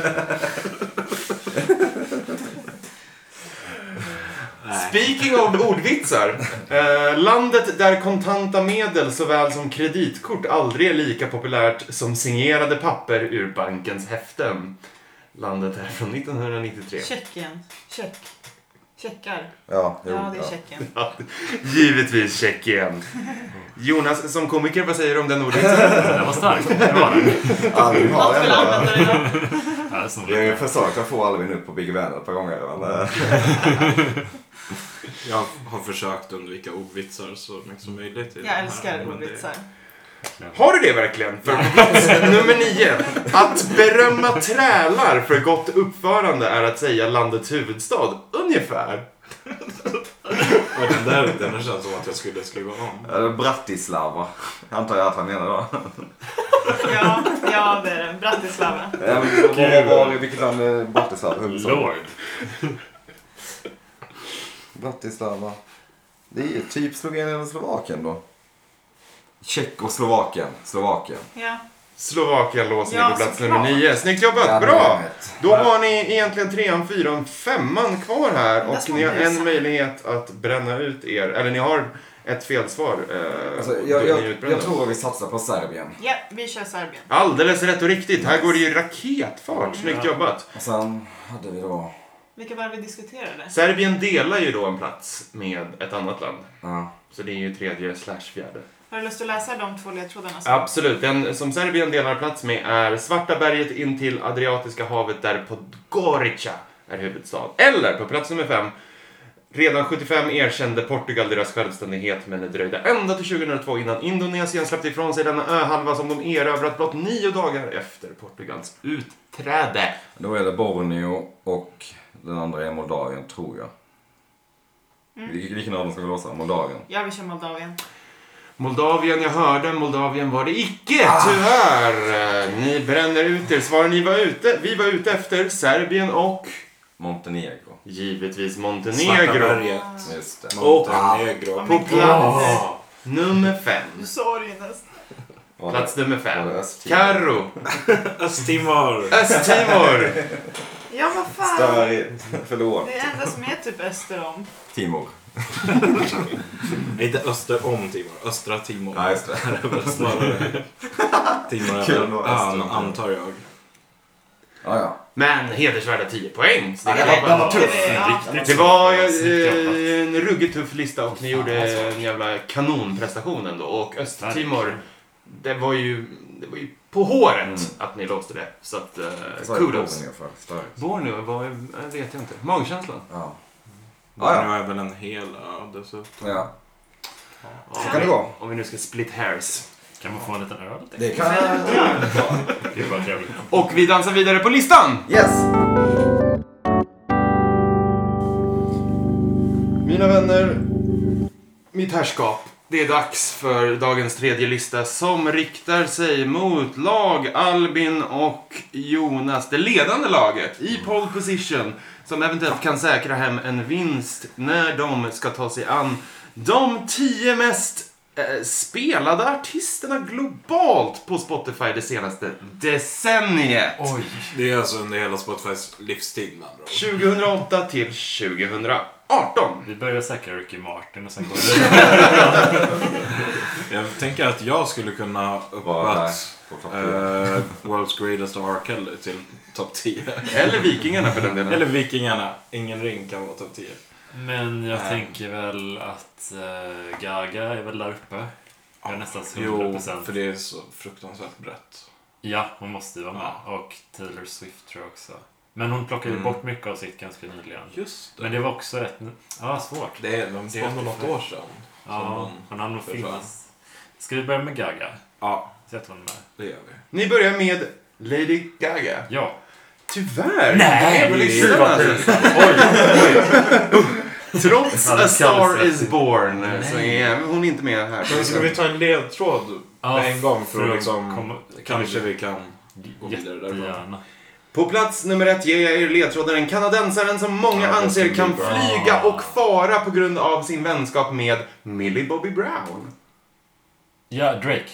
Speaking of ordvitsar. Landet där kontanta medel såväl som kreditkort aldrig är lika populärt som signerade papper ur bankens häften. Landet är från 1993. Tjeckien. Tjeckar. Ja, jo, Ja, det är Tjeckien. Ja, givetvis Tjeckien. Jonas, som komiker, vad säger du om den ordvitsen? Den var stark. Det var den. Alvin har Något vill ändå... använda det idag. Ja, som Jag har ju försökt att få Alvin upp på Big Ben ett par gånger. Men, Jag har försökt undvika ordvitsar så mycket som möjligt. Jag älskar ordvitsar. Har du det verkligen? För plats nummer 9. Att berömma trälar för gott uppförande är att säga landets huvudstad. Ungefär. Och den känns som att jag skulle skriva om. Bratislava. Antar jag att han menar då. Ja, det är det. Bratislava. Vilket land är Bratislava? huvudstad? Lord. Bratislava. Det är typ Slovenien eller Slovakien då. Tjeckoslovakien. Slovakien. Ja. Slovakien låser Ja, ni på plats såklart. nummer 9. Snyggt jobbat, Ja, bra! det är rätt. Då har ni egentligen 3, 4, 5 kvar här och ska ni har man en läsa. möjlighet att bränna ut er. Eller ni har ett felsvar. Alltså, då är ni utbrända. jag tror att vi satsar på Serbien. Ja, vi kör Serbien. Alldeles rätt och riktigt. Här går det ju raketfart. Snyggt jobbat. Och sen hade vi då... Vilka var det vi diskuterade? Serbien delar ju då en plats med ett annat land. Ja. Så det är ju 3/4. Har du lust att läsa de 2 ledtrådarna? Absolut. Den som Serbien delar plats med är Svarta berget in till Adriatiska havet där Podgorica är huvudstad. Eller på plats nummer 5, Redan 75 erkände Portugal deras självständighet, men det dröjde ända till 2002 innan Indonesien släppte ifrån sig denna öhalva som de erövrat blott 9 dagar efter Portugals utträde. Då är det Borneo och den andra är Moldavien, tror jag. Vilken av dem ska vi låsa? Moldavien? Jag vill köra Moldavien. Moldavien, jag hörde. Moldavien var det icke, tyvärr. Ni bränner ut er. Svaren vi var ute efter Serbien och... Montenegro. Givetvis Svarta Montenegro. berget. Just det. Montenegro. På plats nummer 5. Du sa det ju nästan. Plats nummer 5. Var det Östtimor? Carro. Östtimor. Östtimor. Ja, vad fan. Störigt. Förlåt. Det är enda som är typ öster om. Timor. Inte öster om Timor. Östra Timor. Ja, just det. Det är väl snarare Timor. Kul att vara Ja, öster om Timor. antar jag. Ja. Men hedersvärda 10 poäng. Så Ja, det, det var tuff. det var en ruggigt tuff lista och ni gjorde en jävla kanonprestation ändå. Och Östtimor, det var ju på håret att ni låste det. Så att, kudos. Borneo vet jag inte. Magkänslan. Ja. Borneo är väl en hel ö dessutom. Ja. Så kan det gå. Om vi nu ska split hairs. Kan man få en liten öl? Det kan Det är bara trevligt. Och vi dansar vidare på listan. Yes! Mina vänner, mitt herrskap. Det är dags för dagens tredje lista som riktar sig mot lag Albin och Jonas. Det ledande laget i pole position som eventuellt kan säkra hem en vinst när de ska ta sig an de 10 mest spelade artisterna globalt på Spotify det senaste decenniet. Oj. Det är alltså under hela Spotifys livstid med andra ord. 2008 till 2018. Vi börjar säkra Ricky Martin och sen går vi vidare. Jag tänker att jag skulle kunna uppåt World's Greatest of R. Kelly till topp 10. Eller Vikingarna för den delen. Eller Vikingarna. Ingen ring kan vara topp 10. Men jag tänker väl att Gaga är väl där uppe. Jag är nästan 100%. Jo, för det är så fruktansvärt brett. Ja, hon måste ju vara med. Och Taylor Swift tror jag också. Men hon plockade ju bort mycket av sitt ganska nyligen. Just det. Men det var också rätt svårt. Det är ändå något år sedan. Ja, hon har nog finnas. Ska vi börja med Gaga? Ja, Sätt hon med. det gör vi. Ni börjar med Lady Gaga. Ja. Tyvärr. Nej, på det är listan, vad alltså. Trots A Star Is Born så är hon inte med här. Men ska vi ta en ledtråd med en gång för att liksom... Kanske vi kan gå vidare därifrån. Jättegärna. På plats nummer 1 ger jag er ledtrådaren kanadensaren som många anser kan flyga och fara på grund av sin vänskap med Millie Bobby Brown. Ja, Drake.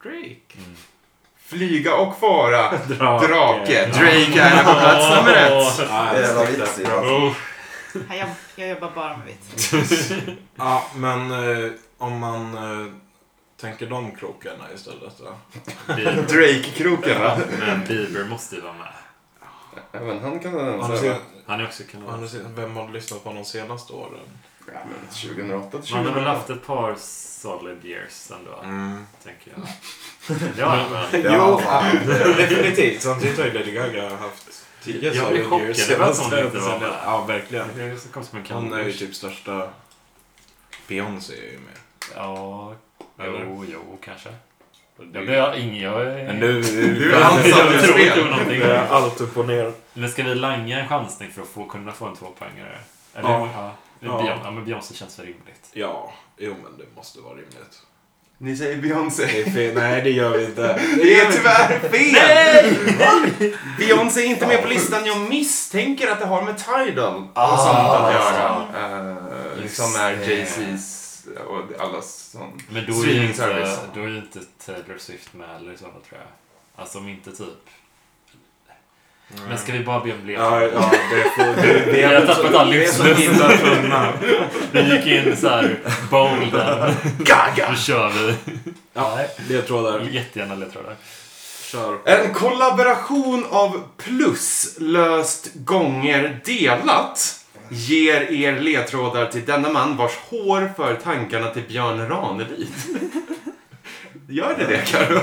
Flyga och fara. Drake. Drake är på plats nummer 1. Det var vitsigt. Jag jobbar bara med vitt. Ja, men om man tänker de krokarna istället då? Drake-kroken, va? Men Bieber måste ju vara med. Även han kanadensare, va? Han är också kanadens. Vem har lyssnat på de senaste åren? Ja, men 2008 till Man har väl 2008. haft ett par solid years ändå, tänker jag. Det har han väl? Jo, definitivt. Samtidigt har ju Lady Gaga haft 10 Jag blir solid years. chockad över att hon inte var med. Ja, verkligen. Det kom som en Hon är ju kanoners. typ största... Beyoncé är ju med. Ja, Eller? jo, kanske. Jag är ingen, Men nu Du är allt satt ur tror inte spel. på någonting. är allt upp och ner. Men ska vi langa en chansning för att kunna få en 2-poängare? Eller, Ja. Men Beyoncé känns väl rimligt. Ja, jo men det måste vara rimligt. Ni säger Beyoncé. Det är fel. Nej, det gör vi inte. Det är tyvärr fel! Beyoncé är inte med på listan. Jag misstänker att det har med Tidal och sånt att göra. Som är Jay-Z's och allas sån Men då är ju streaming-service. inte Taylor Swift med eller så, tror jag. Alltså om inte typ. Men ska vi bara be om ledtråd? Ja, det får... Vi har tappat all som gillar sjunga. Vi gick in så här bolden. Gaga! Nu kör vi. Ja, ledtrådar. Jättegärna ledtrådar. Kör. En kollaboration av plus löst gånger delat ger er ledtrådar till denna man vars hår för tankarna till Björn Ranelid. Gör det, Karo?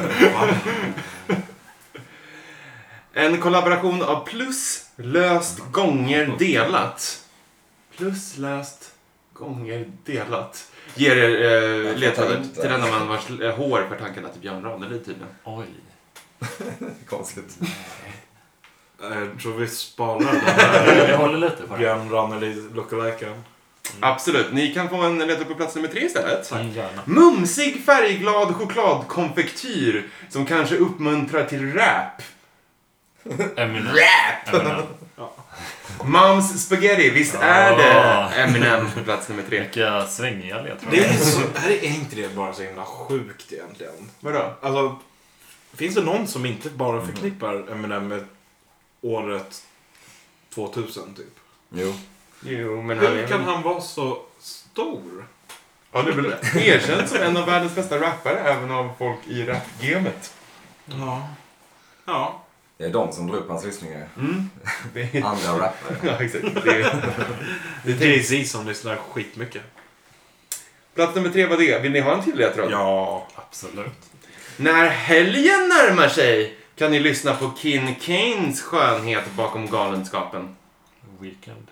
En kollaboration av plus löst gånger delat. Plus löst gånger delat. Ger er ledtrådar till denna man vars hår för tanken till Björn Ranelid tydligen. Oj. Konstigt. Jag tror vi sparar den här Jag håller lite på det. Björn Ranelid lookaliken. Absolut. Ni kan få en ledtråd på plats nummer 3 istället. Gärna. Mumsig färgglad chokladkonfektyr som kanske uppmuntrar till rap. Eminem. Moms spaghetti, visst är det Eminem på plats nummer 3. Vilka svängiga ledtrådar. Det är så, är inte det bara så himla sjukt egentligen? Vadå? Alltså, finns det någon som inte bara förknippar Eminem med året 2000 typ? Jo, men Hur kan han vara så stor? Ja, det är väl erkänd som en av världens bästa rappare, även av folk i rap-gamet. Ja. Det är de som drar upp hans lyssningar. Det är... Andra rappare. Ja, exakt. Det är Jay-Z som lyssnar skitmycket. Plats nummer 3 var det. Vill ni ha en till ledtråd? Ja. Absolut. När helgen närmar sig kan ni lyssna på Kin Kanes skönhet bakom galenskapen. Weekend.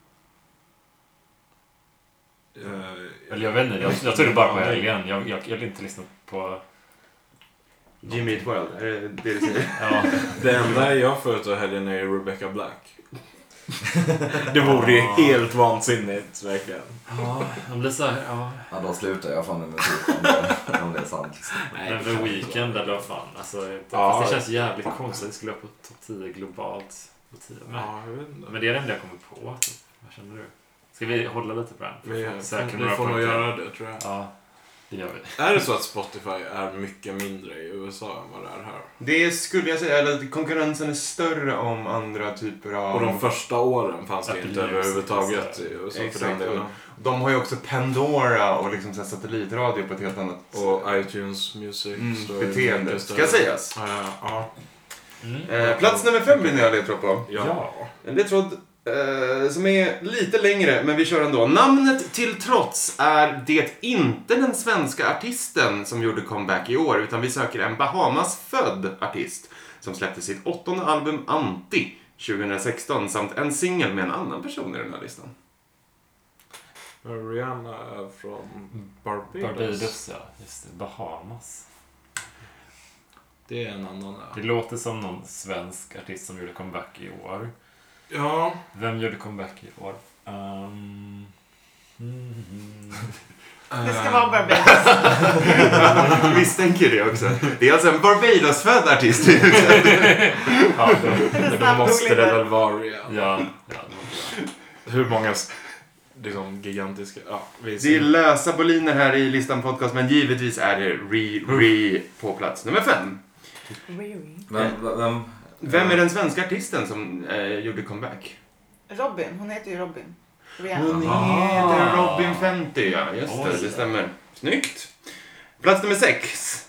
Uh, Eller jag vet inte, jag tror det bara på helgen. Jag vill inte lyssna på... Jimmy Eat World, är det det du säger? Ja. det enda jag får ut av helgen är Rebecca Black. Det vore ju helt vansinnigt, verkligen. Ja, han blir så här, ja. Ja, då slutar jag fan med musik om det är sant. Men The Weeknd eller vad fan. Alltså, Ja. fast det känns jävligt konstigt. Det skulle vara på topp 10 globalt. På 10. Men det är det enda jag kommer på. Typ. Vad känner du? Ska vi hålla lite på den? Vi får nog göra det, tror jag. Ja, det gör vi. Är det så att Spotify är mycket mindre i USA än vad det är här? Det skulle jag säga, eller konkurrensen är större om andra typer av... Och de första åren fanns det inte överhuvudtaget i USA för den Exakt. delen. De har ju också Pandora och liksom så här satellitradio på ett helt annat Och iTunes Music. så är det beteende, mycket ska större. sägas. Ja. Plats nummer 5 blir när jag ledtråd på. Ja. En ledtråd som är lite längre, men vi kör ändå. Namnet till trots är det inte den svenska artisten som gjorde comeback i år, utan vi söker en Bahamas-född artist som släppte sitt 8:e album Anti 2016 samt en singel med en annan person i den här listan. Rihanna är från Barbados, ja. Just det. Bahamas. Det är en annan. Det låter som någon svensk artist som gjorde comeback i år. Ja. Vem gjorde comeback i år? Det ska vara Barbados. Misstänker det också. Det är alltså en Barbados-född artist. Ja, Men då måste det väl vara Rihanna. ja. Hur många liksom gigantiska... Ja, Det är lösa boliner här i listan podcast, men givetvis är det Re på plats nummer 5. Vem är den svenska artisten som gjorde comeback? Robin, hon heter ju Robin. Hon heter Robin 50, ja. Just det, det stämmer. Snyggt. Plats nummer 6.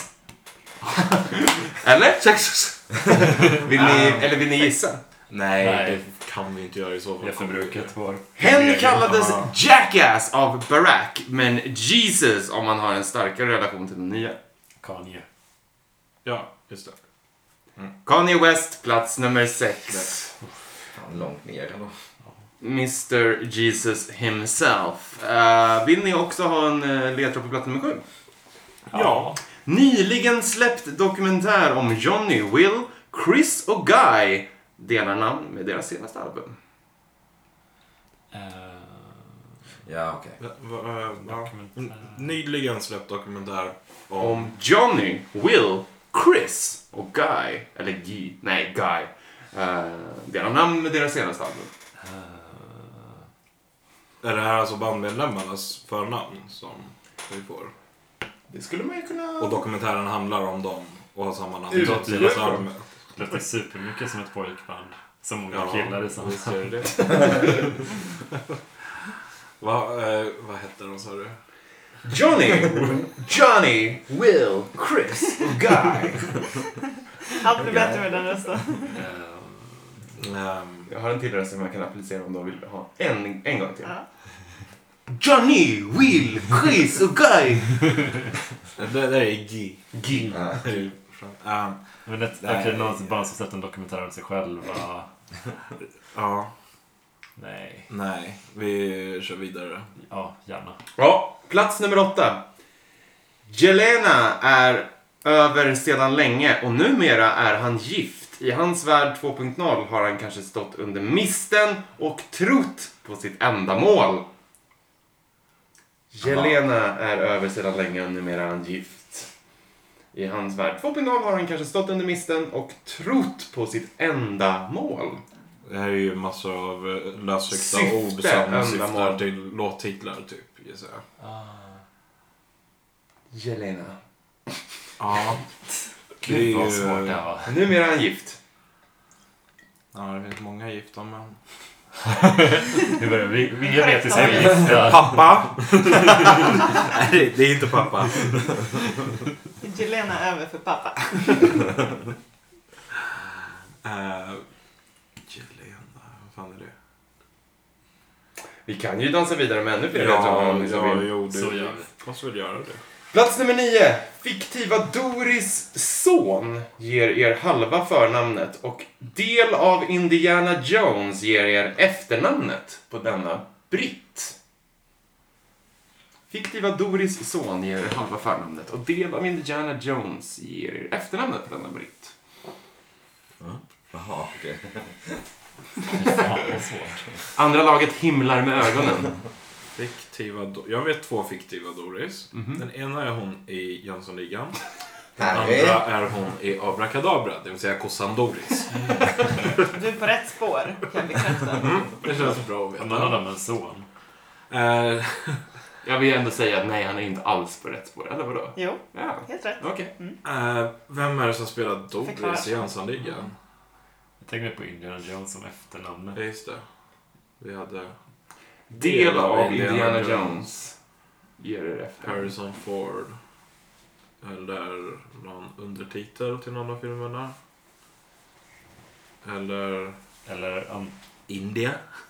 Eller? 6. Vill ni gissa? Nej, Nej. det kan vi inte göra i så fall. Vi har förbrukat vår... Hen kallades Jackass av Barack, men Jesus om man har en starkare relation till den nya. Kanye. Ja, just det. Kanye West, plats nummer 6. Fan, långt ner ändå. Mr. Jesus himself. Vill ni också ha en ledtråd på plats nummer 7? Ja. Nyligen släppt dokumentär om Johnny, Will, Chris och Guy delar namn med deras senaste album. Ja, okej. Nyligen släppt dokumentär Om Johnny, Will, Chris och Guy. Eller Guy. Nej, Guy. Delar namn med deras senaste album. Är det här alltså bandmedlemmarnas förnamn som vi får? Det skulle man ju kunna... Och dokumentären handlar om dem och har samma namn. Utan som deras album. Det låter supermycket som ett pojkband. Som många Ja, killar i samma visst gör det. Vad hette de, sa du? Johnny, Will, Chris och Guy. Allt blir bättre med den rösten. Jag har en till röst som man kan applicera om de vill ha en gång till. Ja. Johnny, Will, Chris och Guy. Det där är G. G. Men okej, någon bara som sett en dokumentär om sig själv. Ja. Nej, vi kör vidare. Ja, gärna. Ja, plats nummer 8. Jelena är över sedan länge och numera är han gift. I hans värld 2.0 har han kanske stått under misten och trott på sitt ändamål. Jelena är över sedan länge och numera är han gift. I hans värld 2.0 har han kanske stått under misten och trott på sitt ändamål. Det här är ju massor av lösryckta Syfte, ord som syftar ändamål. till låttitlar typ, gissar jag. Jelena. Ja. Det är Gud vad ju... svårt det var. Numera är han gift. Ja, det finns många gifta men... Nu börjar vi vet som är gifta. Pappa? Nej, det är inte pappa. Jelena över för pappa. Jelena, vad fan är det? Vi kan ju dansa vidare med ännu fler ledtrådar om ni så vill. jo, Så det gör måste väl göra det. Plats nummer 9. Fiktiva Doris son ger er halva förnamnet och del av Indiana Jones ger er efternamnet på denna britt. Fiktiva Doris son ger er halva förnamnet och del av Indiana Jones ger er efternamnet på denna britt. Jaha, okej. Fan vad svårt. Andra laget himlar med ögonen. Jag vet 2 fiktiva Doris. Den ena är hon i Jönssonligan. Den Harry. andra är hon i Abracadabra, det vill säga kossan Doris. Du är på rätt spår, kan jag bekräfta. Det känns bra att Men veta. han har en son. Jag vill ändå säga att nej, han är inte alls på rätt spår. Eller vadå? Jo, Ja, helt rätt. okej. Vem är det som spelar Förklara. Doris i Jönssonligan? Jag tänker på Indiana Jones som efternamnet. Ja, just det. Vi hade Del av Indiana Jones ger er efternamnet. Harrison Ford. Eller någon undertitel till någon av filmerna. Eller Eller India.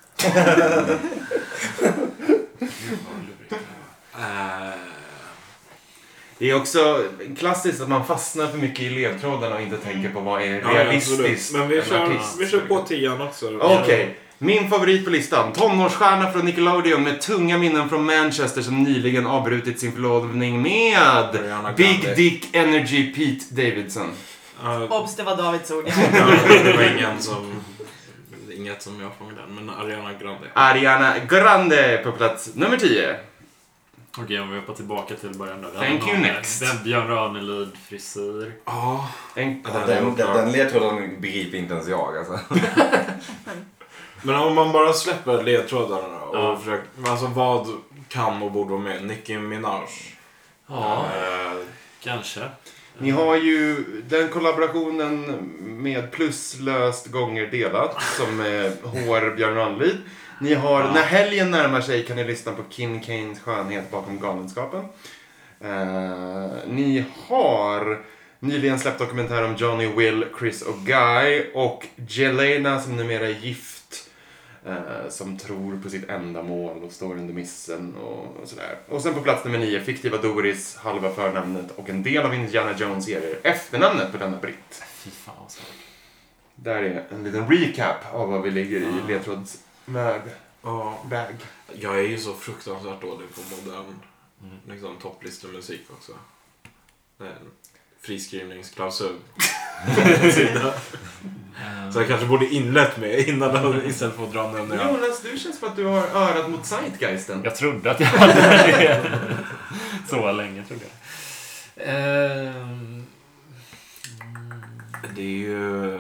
Det är också klassiskt att man fastnar för mycket i ledtrådarna och inte tänker på vad är realistiskt. Men vi en kör, artist. vi kör på 10 också. Okej. Min favorit på listan. Tonårsstjärna från Nickelodeon med tunga minnen från Manchester som nyligen avbrutit sin förlovning med Ariana Big Grande. Dick Energy Pete Davidson. Obs, det var Davids ord. Det var inget som jag fångade den, men Ariana Grande. Ariana Grande på plats nummer 10. Okej, om vi hoppar tillbaka till början där. Thank you, next. Den Björn Ranelid-frisyr. Ja. Den ledtråden begriper inte ens jag alltså. Men om man bara släpper ledtrådarna och försöker, alltså vad kan och borde vara med? Nicki Minaj. Ja, kanske. Ni har ju den kollaborationen med pluslöst gånger delat som hår Björn Ranelid. Ni har När helgen närmar sig kan ni lyssna på Kim Kanes skönhet bakom galenskapen. Ni har nyligen släppt dokumentär om Johnny, Will, Chris och Guy och Jelena som numera är gift. Som tror på sitt ändamål och står under missen och sådär. Och sen på plats nummer 9, fiktiva Doris, halva förnamnet och en del av Indiana Jones ger er efternamnet på denna britt. Fy fan vad svårt. Där är en liten recap av vad vi ligger i ledtrådsbag. Ja. Jag är ju så fruktansvärt dålig på modern liksom, topplistormusik också. Det är en friskrivningsklausul. Så jag kanske borde inlett med innan istället för att dra den. Jonas, du känns som att du har örat mot Zeitgeisten. Jag trodde att jag hade det. Så länge trodde jag. Det är ju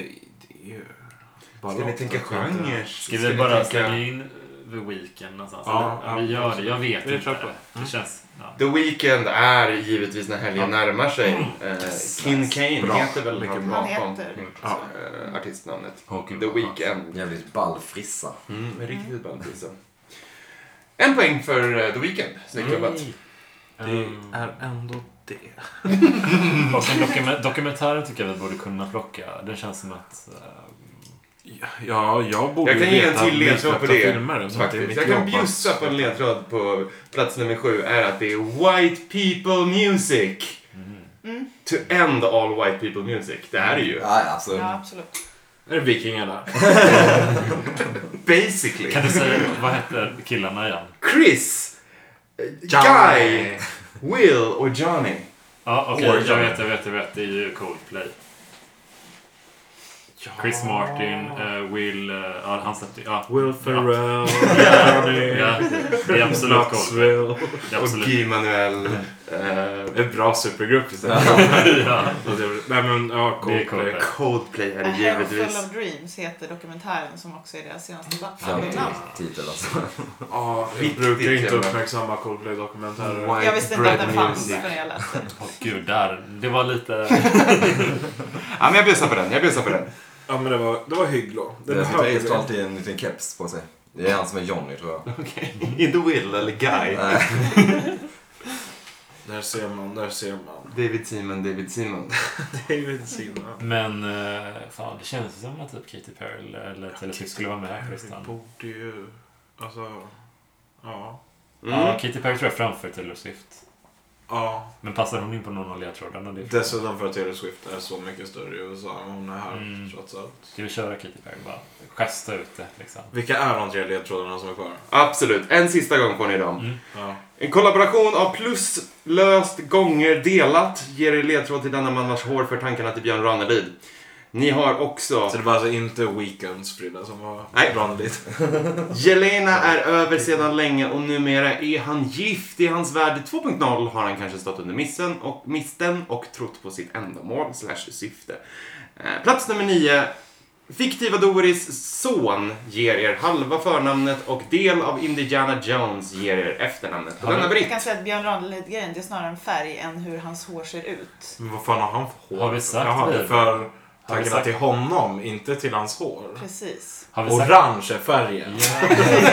bara Ska vi tänka genre? Ska vi bara slänga in The Weeknd någonstans? Ja, vi gör det. Jag vet vi inte. kör på. Det känns... Ja. The Weeknd är givetvis när helgen närmar sig. Kin Kane Bra. heter väl Mycket han bra. bakom Han artistnamnet. Okej. The Weeknd. Jävligt ball frissa. Riktigt ballprisa. En poäng för The Weeknd. Snyggt jobbat. Det är ändå det. Och sen dokumentären tycker jag vi borde kunna plocka. Det känns som att... Ja, jag borde Jag kan ge en veta till ledtråd på det. filmer, så att det är Faktiskt. mitt Jag kan jobb att- bjussa på en ledtråd på plats nummer 7 är att det är White People Music. To end all white people music. Det är det ju. Ja, alltså. Ja, absolut. Är det vikingar där? Basically. Kan du säga, vad heter killarna igen? Chris, Guy, Will och Johnny. Ja, okej. Or Jag Johnny. vet. Det är ju Coldplay. Chris Martin, Will... han släppte... Ja. Will Ferrell, Ja, det är absolut Coldplay. Maxwell. Det är Och absolut. Guy Manuel. Ett bra supergrupp istället. Ja. Nej men ja, Det är Coldplay. Coldplay är A det Hair Full givetvis. of Dreams heter dokumentären som också är deras senaste Framtid namn. titel alltså. Ja, jag Viktigt brukar inte jävla. uppmärksamma Coldplay-dokumentärer. White Jag visste inte att den bread fanns music. förrän jag läste. Åh gud, där. Det var lite... Ja, men jag bjussar på den. Ja men det var hygglo. Det Det sitter behövde Ace vi. alltid en liten keps på sig. Det är han som är Johnny tror jag. Okej. Inte Will eller Guy. Nej. Där ser man. David Seaman. Det är ju inte synd. Men fan, det känns som att typ Katy Perry eller Taylor Swift skulle vara med här på Det listan. borde ju... Alltså... Ja. Ja, Katy Perry tror jag framför Taylor Swift. Ja. Men passar hon in på någon av ledtrådarna? Det är Dessutom för att Taylor Swift är så mycket större i USA än hon är här trots allt. Ska vi köra Katy Perry? Bara gesta ut det liksom. Vilka är de 3 ledtrådarna som är kvar? Absolut. En sista gång får ni dem. Ja. En kollaboration av plus löst gånger delat ger er ledtråd till denna man vars hår för tankarna till Björn Ranelid. Ni har också... Så det var alltså inte Weekends Frida som var Nej. randigt. Jelena är över sedan länge och numera är han gift. I hans värld 2.0 har han kanske stått under misten och trott på sitt ändamål / syfte. Plats nummer 9. Fiktiva Doris son ger er halva förnamnet och del av Indiana Jones ger er efternamnet. Och denna Jag britt. kan säga att Björn Ranelid-grejen, det är snarare en färg än hur hans hår ser ut. Men vad fan har han för hår? Har vi sagt Jaha, det är det? för Har vi tankarna sagt- till honom, inte till hans hår. Precis. Har vi sagt... Orange är färgen. Ja.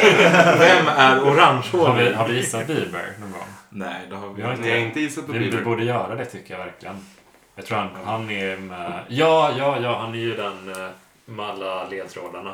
Vem är orangehårig? Har vi gissat Bieber någon gång? Nej, det har vi Vi har inte. Ni har inte gissat på Vi Bieber. borde göra det tycker jag verkligen. Jag tror han är med... Ja, han är ju den med alla ledtrådarna.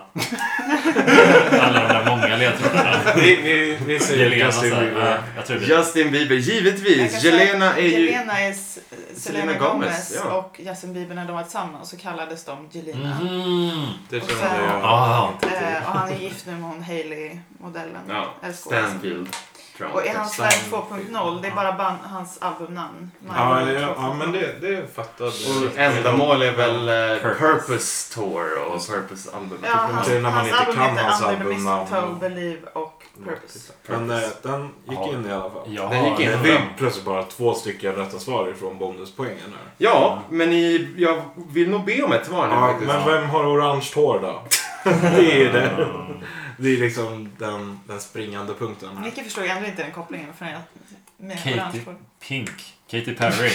Alla de där många ledtrådarna. Vi säger Jelena Justin så här, Bieber. jag tror det. Justin Bieber, Jag givetvis. kan säga Jelena att är ju... Jelena är Selena Gomez ja. och Justin Bieber när de var tillsammans så kallades de Jelena. Det Och kände sen- jag. Ah, Och han är gift nu med hon Hailey-modellen. Ja, Eller skådisen. Stanfield. tror jag. Och i hans värld 2.0, det är bara hans albumnamn. Ja, men det fattade Och ändamål är väl Purpose Tour och Purpose Album. Ja, hans, Det är när man hans inte album kan heter hans Under the albumnamn. Mistletoe, Believe och Purpose. Men den gick in i alla fall. Ja, Den gick in. Det är plötsligt bara 2 stycken rätta svar ifrån bonuspoängen här. Ja, men jag vill nog be om ett svar nu Ja, faktiskt. men vem har orange hår då? Det är det. Det är liksom den springande punkten här. Micke förstår ju ändå inte den kopplingen för med Katy orange hår. Pink. Katy Perry.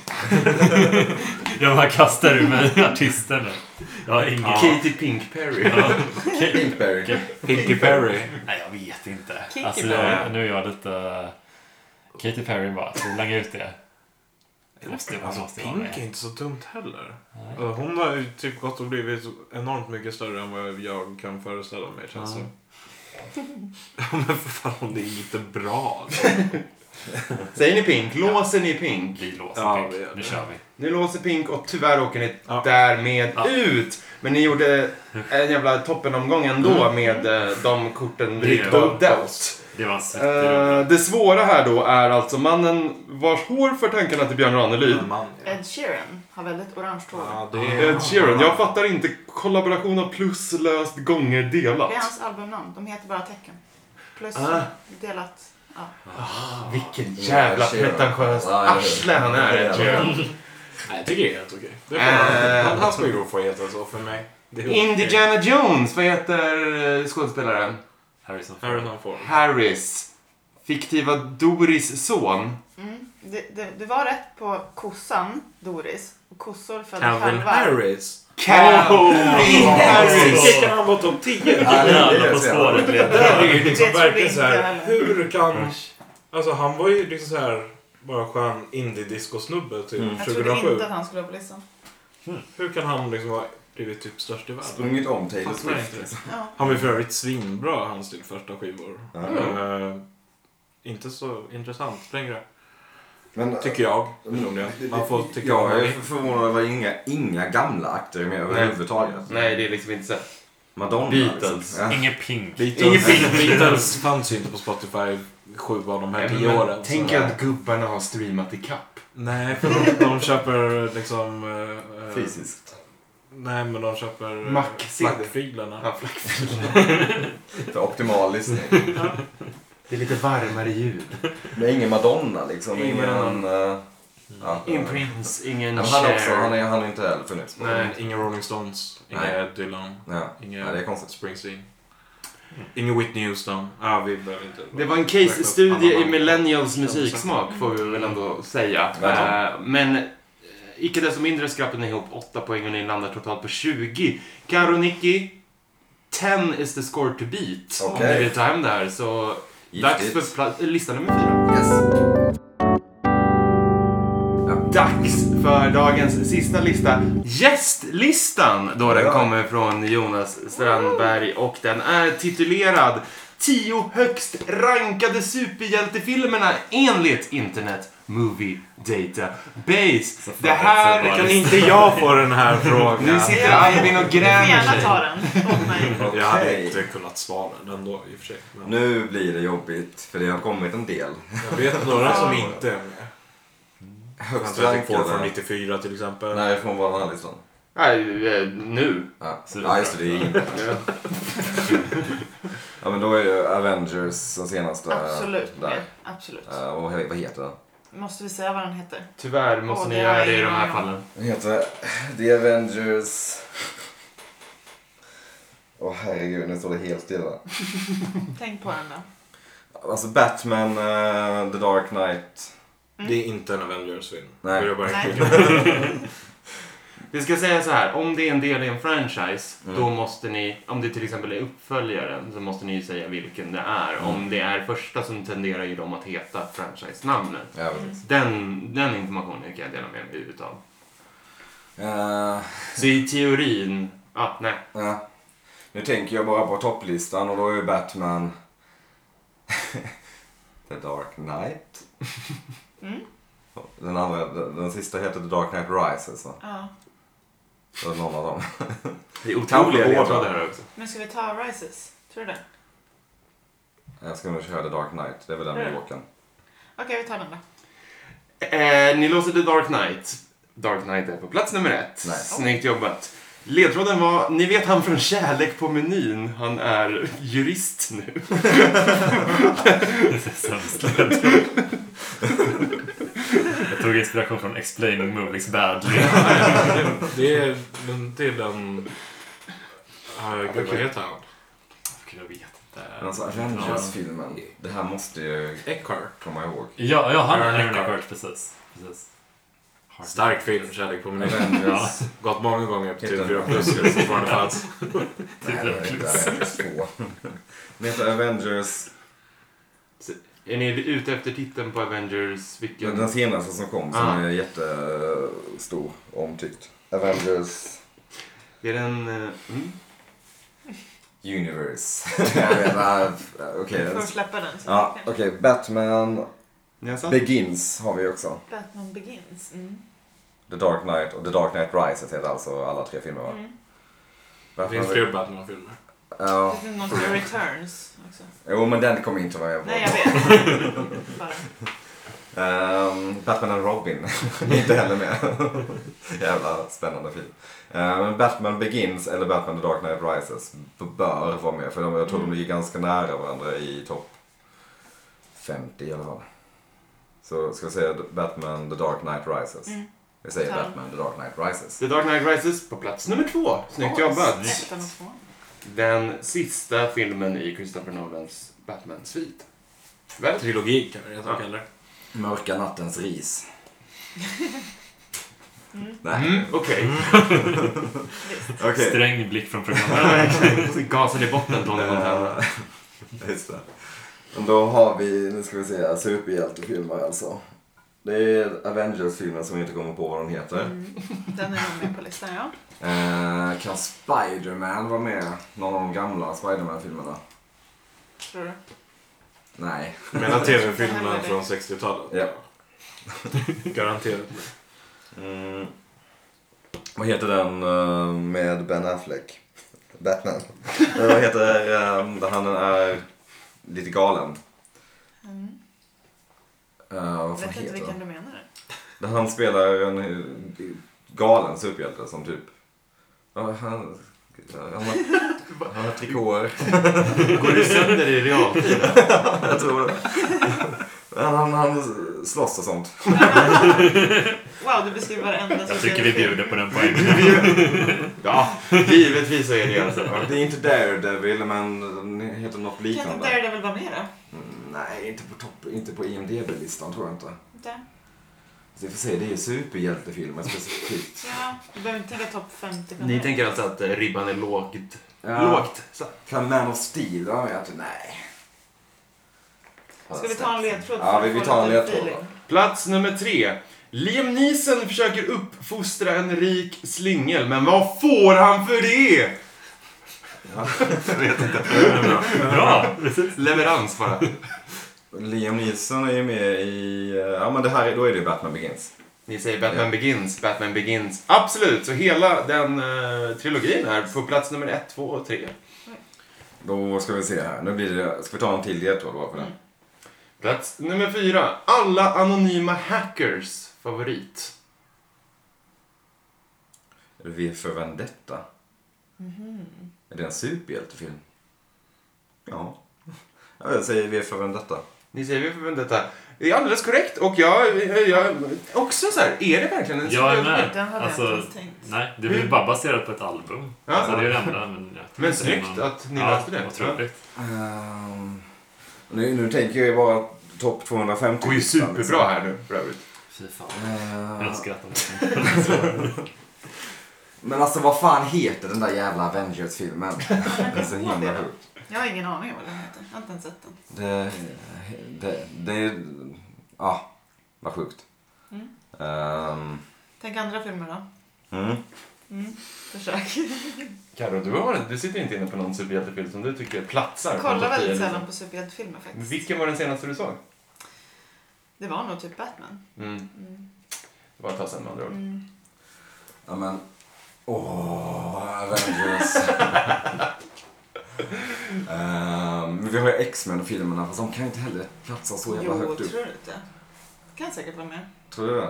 Jag bara kastar ur mig artister nu. Jag har ingen... Katy Pink Perry. Ja. Pinkberry. Pinky Perry. Nej, jag vet inte. Katy Alltså, Perry. nu är jag lite... Katy Perry bara, så langa ut det. Det måste vara Pink är med. inte så dumt heller. Nej. Hon har ju typ gått och blivit så enormt mycket större än vad jag kan föreställa mig. Känns det. Men för fan, hon är inte bra. Säger ni Pink? Låser ni Pink? Vi låser Ja, Pink. vi gör det. Nu kör vi. Ni låser Pink och tyvärr åker ni Ja. därmed Ja. ut. Men ni gjorde en jävla toppenomgång ändå med de korten Det Rico var dealt. Det var en svettig Det svåra här då är alltså mannen vars hår för tankarna till Björn Ranelid. Ed Sheeran har väldigt orange hår. Ja, det är... Ed Sheeran. Jag fattar inte kollaboration av plus löst gånger delat. Det är hans albumnamn. De heter bara tecken. Plus delat. Ja. Vilken jävla Sheeran. pretentiöst Ja, ja, ja. arsle han är, Ed Sheeran. Nej, jag tycker det är helt okej. Det är fan- han ska ju få heta så för mig. Det är okej. Indiana Jones, vad heter skådespelaren? Harrison Ford. Harrison Ford. Harris. Fiktiva Doris son. Du var rätt på kossan Doris. Och kossor födde Calvin kalvar. Harris. Calvin Harris. Gick han på topp 10? Jävla På spåret. Det är ju liksom Det trodde verkligen så inte här. heller. Hur kan... Alltså han var ju liksom så här bara skön indie-disco-snubbe till Jag trodde 2007. inte att han skulle vara på listan. Hur kan han liksom ha blivit typ störst i världen? Sprungit om Taylor Fattar Swift. inte. Liksom. Ja. Han var ju för övrigt svinbra hans typ första skivor. Ja. Inte så intressant längre. Men, Tycker jag personligen. Man får tycka jag vad man är vill. förvånad över inga gamla akter med överhuvudtaget. Nej, det är liksom inte så. Madonna. Beatles. Liksom. Ja. Ingen Pink. Beatles fanns ju inte på Spotify 7 av de här 10 åren. Tänk att gubbarna har streamat i kapp. Nej, för de köper liksom... Fysiskt. Nej, men de köper Mac-CD. flackfilerna. Ja, För optimal lyssning. det är lite varmare ljud. Men ingen Madonna liksom. Ingen Ja. Ingen Prince, ingen Men han också, Cher. han är inte heller funnits. Nej. Inga Rolling Stones, inga Nej. Dylan, Ja. inga Nej, det är konstigt. Springsteen. Inga Whitney Houston. Vi behöver inte... Det var en case-studie i millennials musiksmak får vi väl ändå säga. Men icke desto mindre skrapade ni ihop 8 poäng och ni landar totalt på 20. Karo och Nicky, 10 is the score to beat. Om ni vill ta hem det här så dags för lista nummer 4. Yes. Dags för dagens sista lista. Gästlistan då den kommer från Jonas Strandberg och den är titulerad 10 högst rankade superhjältefilmerna enligt Internet Movie Database. Det här Kan inte jag få den här frågan? Nu sitter Albin och Du får grämer gärna sig. ta den åt mig. Jag hade inte kunnat svara den ändå i och för sig. Men Nu blir det jobbigt för det har kommit en del. jag vet några som inte är med. Högst Fantastic Four från rankade. 94 till exempel. Nej, från vad den här listan. Nej, nu. Ja, just det, det är ingen. Ja, men då är ju Avengers den senaste. Absolut. Där. Absolut. Och vad heter den? Måste vi säga vad den heter? Tyvärr måste ni det göra har det i jag de här ingen aning fallen. Den heter The Avengers. Herregud, nu står det helt stilla. Tänk på den då. Alltså Batman, The Dark Knight. Det är inte en Avengers-film. Nej. Jag bara Nej. Vi ska säga så här, om det är en del i en franchise, då måste ni, om det till exempel är uppföljaren, så måste ni ju säga vilken det är. Om det är första så tenderar ju de att heta franchise-namnet. Ja, precis. Den informationen kan jag dela med mig utav. Uh, Så i teorin, nej. ja. Nu tänker jag bara på topplistan och då är ju Batman The Dark Knight. Den sista heter The Dark Knight Rises. Så. Ja. Så någon av dem. Det är otroliga Kanske ledtrådar här också. Men ska vi ta Rises? Tror du det? Jag ska nog köra The Dark Knight. Det är väl den med Jokern. Okej, vi tar den då. Ni låser The Dark Knight. Dark Knight är på plats nummer 1. Nice. Snyggt jobbat. Ledtråden var, ni vet han från Kärlek på menyn. Han är jurist nu. Jag tog inspiration från Explaining Movies Badly. Det är den... Gud, vad heter han? Jag vet inte. Alltså Avengers-filmen. Det här måste ju Eckhart. komma ihåg. Ja, han Aaron är Eckhart. Eckhart, precis. Stark film, Kärlek på menyn. Avengers. Gått många gånger på Heter TV4 den. Plus. Det är fortfarande fanns. Nej, det är inte Avengers 2. Det heter Avengers. Är ni ute efter titeln på Avengers? Vilken? Den senaste som kom som är jättestor och omtyckt. Avengers Är den... Universe. Jag vet okej. Får släppa den. så Ja, vi kan- okej. Batman Jaså? Begins har vi också. Batman Begins. The Dark Knight och The Dark Knight Rises heter alltså alla 3 filmer, va? Det finns fler Batman-filmer. Ja. Det finns någon som heter Returns också. Jo, men den kommer inte vara med på. Nej, jag vet. Bara. Batman and Robin. Inte heller med. Jävla spännande film. Men Batman Begins eller Batman The Dark Knight Rises bör vara med. För jag tror de ligger ganska nära varandra i topp 50 i alla fall. Så ska jag säga Batman The Dark Knight Rises. Vi säger Batman The Dark Knight Rises. The Dark Knight Rises på plats nummer 2. Snyggt jobbat. Ettan och tvåan. Den sista filmen i Christopher Nolans Batman-svit. Väl? Trilogi kan vi rent av kalla det. Mörka nattens ris. Nej. Okej. Okej. Sträng blick från programmet. Gasen i botten, Tony Montana. Just det. Men då har vi, nu ska vi se, superhjältefilmer alltså. Det är Avengers-filmen som vi inte kommer på vad den heter. Den är nog med på listan, ja. Kan Spider-Man vara med? Någon av de gamla Spider-Man-filmerna? Tror du? Nej. Menar TV-filmen från 60-talet? Ja. Garanterat. Vad heter den med Ben Affleck? Batman. Vad heter där han är lite galen? Vad fan Vet inte heter vilken det? du menar. Där han spelar en galen superhjälte som typ... Ja, han har trikåer. Går du sönder i realtid? Jag tror det. Han slåss och sånt. Wow, du beskriver varenda Jag tycker vi bjuder på den poängen. Ja, givetvis så är det alltså. Det är inte Daredevil, men den heter något Kan liknande. inte Daredevil vara med då? Nej, inte på IMDb-listan tror jag inte. Inte? Så vi får se, det är ju superhjältefilmer specifikt. Ja, du behöver inte tänka topp 50. Ni tänker alltså att ribban är lågt? Så. Kan Man of Steel vara med? Nej. Ska vi ta en ledtråd? Ja, för vi att få tar en lite ledtråd feeling? då. Plats nummer 3. Liam Neeson försöker uppfostra en rik slyngel, men vad får han för det? Jag vet inte. Bra! Leverans bara. Liam Neeson är ju med i... Ja, men det här, då är det Batman Begins. Ni säger Batman Begins. Absolut, så hela den trilogin är på plats nummer 1, 2 och 3. Då ska vi se här. Nu blir det... Ska vi ta en till ledtråd då för den? Plats nummer 4. Alla anonyma hackers favorit. Är det V för Vendetta? Är det en superhjältefilm? Ja. Jag säger V för Vendetta. Ni säger vi för detta. Det är alldeles korrekt. Och jag också så här, är det verkligen en Jag är superhjälte? Den med. hade jag Alltså, inte ens tänkt. nej, det är väl bara baserat på ett album. Ja. Alltså, det är det enda. Men Snyggt att ni läste det. Otroligt. Nu tänker jag ju bara topp 250. Går ju superbra här nu, för övrigt. Fy fan. Jag älskar att de... Men alltså vad fan heter den där jävla Avengers-filmen? Det är så himla sjukt. Jag har ingen aning om vad den heter. Jag har inte ens sett den. Det ja, vad sjukt. Tänk andra filmer då. Försök. Karo, du sitter inte inne på någon superhjältefilm som du tycker platsar. Jag kollar på topp 10, väldigt liksom. sällan på superhjältefilmer faktiskt. Vilken var den senaste du såg? Det var nog typ Batman. Det var ett tag sedan med andra ord. Ja men, Avengers. Vi har ju X-Men-filmerna, fast de kan ju inte heller platsa så jävla högt upp. tror du inte? Kan säkert vara med. Tror du det?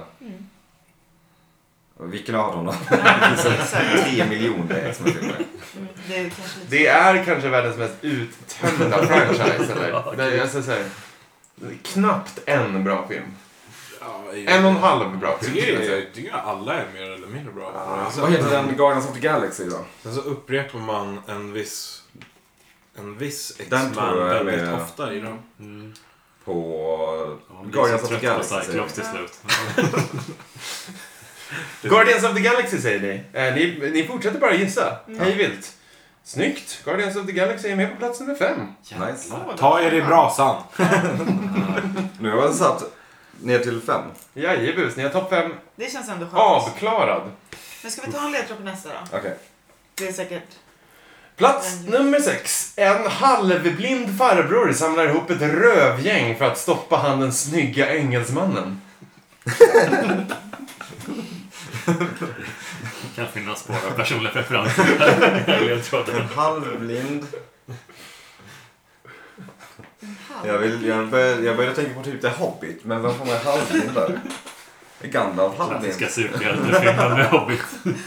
Vilken av dem då? Exakt. 3 miljoner X-Men-filmer. Det är kanske lite... Det är kanske världens mest uttömda franchise, eller? Det är, alltså, så här, knappt en bra film. Ja, 1,5 bra film. Jag tycker alla är mer eller mindre bra. Vad heter den Guardians of the Galaxy då? Sen så upprepar man en viss Den X-Man tror jag väldigt är- ofta i dem. På Ja, Guardians of the trött på Galaxy. Cyclops till slut. Guardians of the Galaxy säger ni. Ni fortsätter bara gissa. Hej vilt. Snyggt. Guardians of the Galaxy är med på plats nummer 5. Nice. Ta er i brasan. Nu har jag satt ner till 5. Jajebus, ni har topp 5 Det känns ändå skönt. avklarad. Men ska vi ta en ledtråd på nästa då? Okej. Det är säkert... Plats nummer 6. En halvblind farbror samlar ihop ett rövgäng för att stoppa han den snygga engelsmannen. Kan finnas spår av personliga preferenser. Ledtråden. Halvblind. Jag började tänka på typ The Hobbit, men vad fan är halvblind där? Är Gandalf halvblind? Klassiska superhjältefilmer med Hobbit.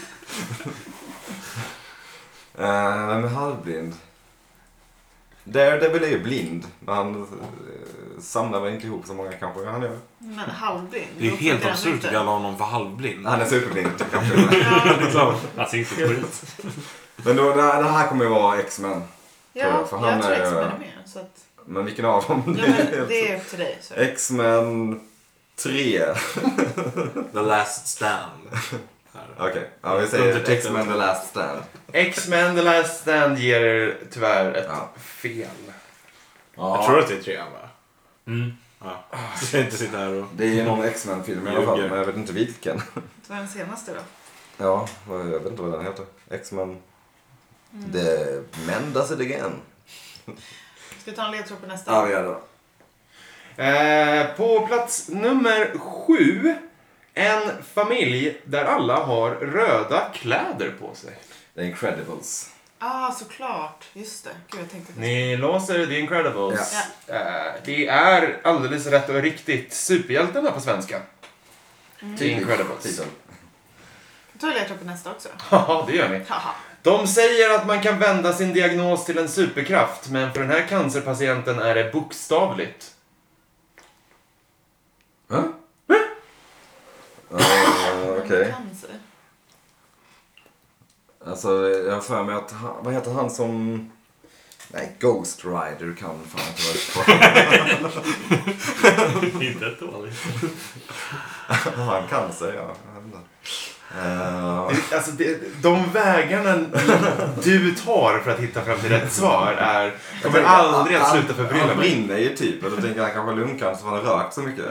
Vem är halvblind? Daredevil är ju blind, men han samlar väl inte ihop så många kanske han gör. Men halvblind. Det är då helt funkar det absurt inte. att kalla honom för halvblind. Han är superblind kanske. Alltså inte skit. Men då, det här kommer ju vara X-Men. Ja, För han jag tror är- X-Men är med. Så att... Men vilken av dem? Ja, men det är upp till dig. Så. X-Men 3. The Last Stand. Okej, ja, vi säger X-Men The Last Stand. X-Men The Last Stand ger er tyvärr ett fel. Jag tror att det är 3, va? Mm. Ja. Så jag inte sitta här och... Det är någon X-Men-film i alla fall, Ljuger. men jag vet inte vilken. Det var den senaste då. Ja, jag vet inte vad den heter. X-Men... The Men Does It Again. Ska vi ta en ledtråd på nästa? Ja, vi gör det. På plats nummer 7. En familj där alla har röda kläder på sig. The Incredibles. Såklart. Just det. Gud, jag tänkte att Ni låser The Incredibles. Ja. Det är alldeles rätt och riktigt superhjältarna på svenska. The Incredibles. Titeln. Jag tar ledtråd på nästa också. Ja, det gör ni. Haha. De säger att man kan vända sin diagnos till en superkraft, men för den här cancerpatienten är det bokstavligt. Okej. Cancer. Alltså, jag har för mig att... Vad heter han som... Nej, Ghost Rider kan fan inte vara Inte ett dåligt. Han cancer, ja. Alltså, de vägarna du tar för att hitta fram till rätt svar kommer aldrig att sluta förbrylla Han mig. brinner ju typ. Och då tänker jag han kanske har lungcancer för han har rökt så mycket.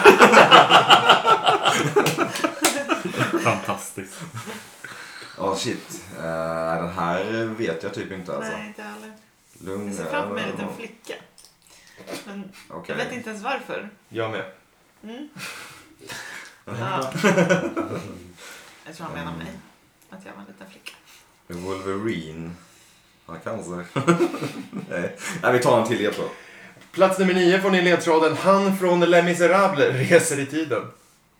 Fantastiskt. Shit. Den här vet jag typ inte alltså. Nej, inte heller. Lugn. Jag ser framför mig en liten flicka. Men Okej. jag vet inte ens varför. Jag med. Ja. Jag tror han menar mig. Att jag var en liten flicka. Wolverine. Han har cancer. Nej, vi tar en till ledtråd. Plats nummer 9 får ni ledtråden. Han från Les Misérables reser i tiden.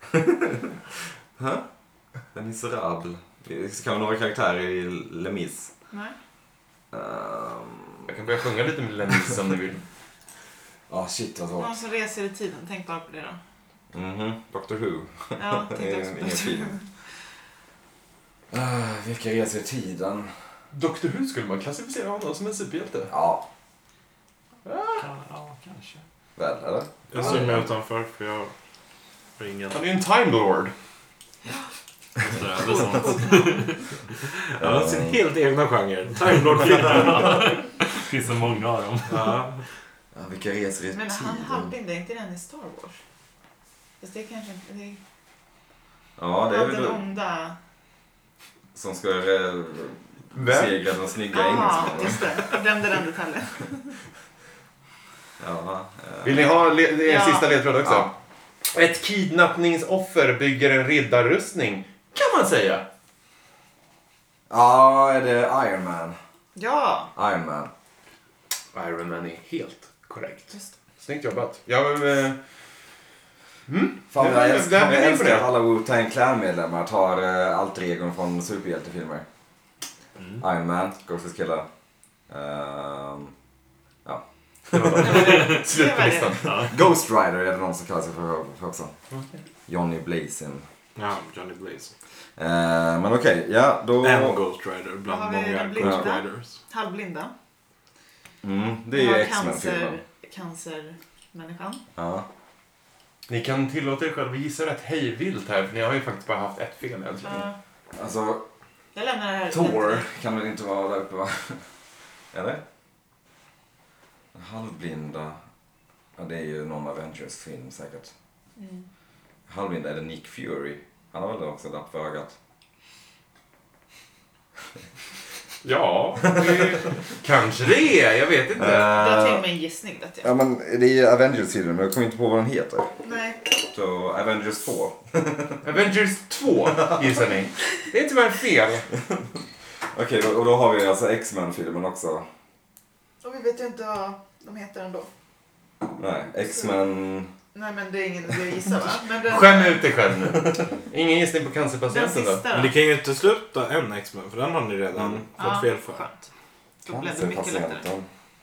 Den Miserable. Det kan vara några karaktärer i Les Mis. Nej. Jag kan börja sjunga lite med Les Mis om ni vill. Shit vad Någon svårt. som reser i tiden. Tänk bara på det då. Doctor Who. Ja, tänkte också på Ingen film. Vilka reser i tiden? Dr. Who skulle man klassificera honom som en superhjälte. Ja, Ja, kanske. väl eller? Jag ser mig utanför för jag har ingen... Han är ju en Time Lord. Utöver sånt. Han har sin helt egna genre. Time Lord-filmer. Det finns så många av dem. Ja. Vilka reser i Men tiden? han Halvin, det är inte den i Star Wars? Fast det är kanske inte... Det är... Ja, det är den väl onda... som ska Vem? segla den snygga Ja, engelsmannen. just det. Jag glömde den detaljen. Vill ni ha Ja. sista ledtråd också? Ja. Ett kidnappningsoffer bygger en riddarrustning, kan man säga. Ja, är det Iron Man? Ja, Iron Man. Iron Man är helt korrekt. just det. Snyggt jobbat. Fan, Det jag var- älskar, det jag blir älskar det. att alla Wu-Tang Clan-medlemmar tar alter egon från superhjältefilmer. Iron Man, Ghostface Killer. Slut på listan. Ghost Rider är det någon som kallar sig för också. Johnny Blazin. Ja, Johnny Blaze. Men okej, ja då... En Ghost Rider Vad bland har vi många den Ghost blinda? Riders. Halvblinda. Det är ju Vi har X-Men-filmen. Cancermänniskan. Ja. Ni kan tillåta er själva gissa rätt hejvilt här, för ni har ju faktiskt bara haft ett fel än så länge. Alltså, Jag lämnar det här. Thor kan väl inte vara där uppe, va? Eller? Halvblinda. Ja, det är ju någon Avengers-film säkert. Halvblinda är det Nick Fury. Han har väl också lapp för ögat. Ja, kanske det är. Jag vet inte. Dra till med en gissning. Det Ja, men det är ju Avengers-filmen, men jag kommer inte på vad den heter. Nej. Så Avengers 2. Avengers 2 gissar ni. Det är tyvärr fel. Okej, och då har vi alltså X-Men-filmen också. Och vi vet ju inte vad de heter ändå. Nej, X-Men... Nej, men det är ingen idé att gissa, va? Men den, Skäm ut dig själv nu. Ingen gissning på den cancerpatienten då. sista Men det kan ju inte sluta en X-Men, för den har ni redan fått fel för. Skönt. Då blev det mycket lättare. Cancerpatienten.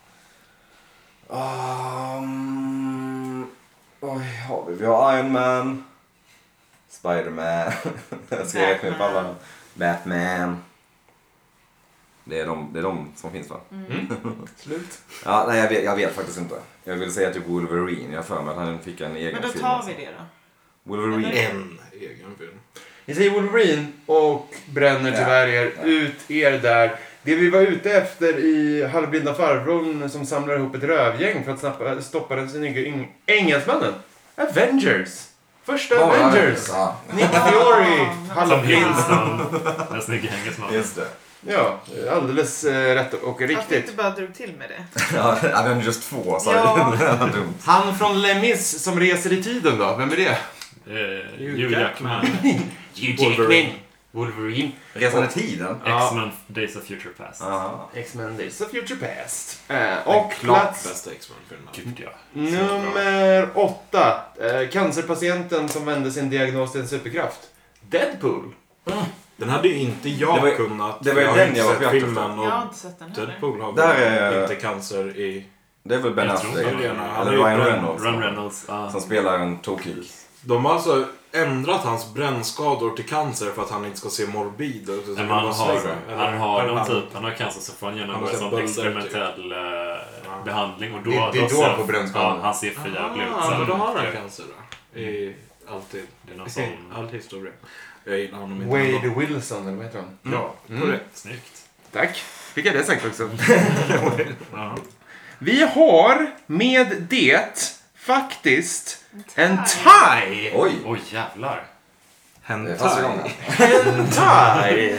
Oj, har vi? Vi har Iron Man. Spider-Man. Jag ska räkna upp alla. Batman. Det är de som finns, va? Slut. Ja, nej, jag vet faktiskt inte. Jag vill säga typ Wolverine. Jag har för mig att han fick en egen Men då film. tar också. vi det då. Wolverine. En egen film. Ni säger Wolverine och bränner tyvärr ut er där. Det vi var ute efter i Halvblinda farbrorn som samlar ihop ett rövgäng för att stoppa den snygga engelsmannen. Avengers. Första Avengers. Ja, Nick Fury. Som Halvblind. Hinston. Den snygga engelsmannen. just det. Ja, alldeles rätt och Att vi riktigt. inte bara drog till med det. Ja, Avengers 2, så Ja. det var dumt. Han från Les Mis som reser i tiden då, vem är det? Hugh Jackman. Hugh Jackman. Wolverine. Resan i tiden. Ja. X-Men Days of Future Past. Ja. X-Men Days of Future Past. Och Och klart plats bästa X-Men-filmen. Gud ja. nummer 8. Cancerpatienten som vände sin diagnos till en superkraft. Deadpool. Den hade ju inte jag Det var- kunnat. det var ju jag har den inte jag var sett på jakt efter. filmen Jag har och inte sett den heller. Deadpool har Där väl är- inte cancer i... Det är väl Ben Jag tror Affleck. det. Han Eller är ju Ryan Ben- Reynolds. Ryan Reynolds. Ja. Som spelar en tokig. De har alltså ändrat hans brännskador till cancer för att han inte ska se morbid ut. Men han har cancer så får han genomgå Han har en sett sån bölder, experimentell behandling och då, Det är då ser han får brännskadan. Ja, han ser för jävligt ut. Ja, men då har han det cancer då. I alltid. är någon sån... All historia. Jag gillar honom inte. Wade Wilson, eller vad heter han? Ja, Mm. korrekt. Snyggt. Tack. Fick jag det sagt också. Ja. Vi har med det faktiskt en tie. Oj! Oj jävlar. Det är första gången. En tie.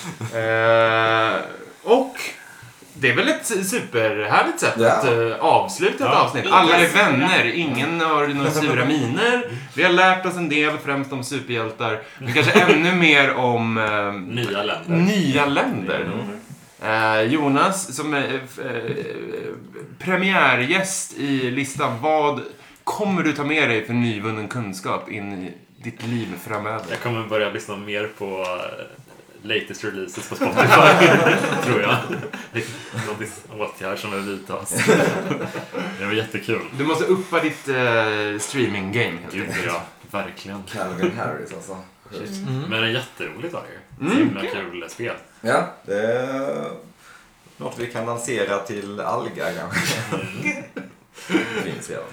Och det är väl ett superhärligt sätt Ja. att avsluta ett Ja. avsnitt. Alla är vänner, ingen har några sura miner. Vi har lärt oss en del, främst om superhjältar. Men kanske ännu mer om Nya länder. nya länder. Jonas, som är premiärgäst i listan, vad kommer du ta med dig för nyvunnen kunskap in i ditt liv framöver? Jag kommer börja lyssna mer på latest releases på Spotify, tror jag. Det är någon åtgärd som behöver vidtas. Det var jättekul. Du måste uppa ditt streaming-game. Gud, ja. Verkligen. Calvin Harris alltså. Men det är jätteroligt av er. Så himla kul spel. Ja, det är något vi kan lansera till Alga kanske. Finns redan.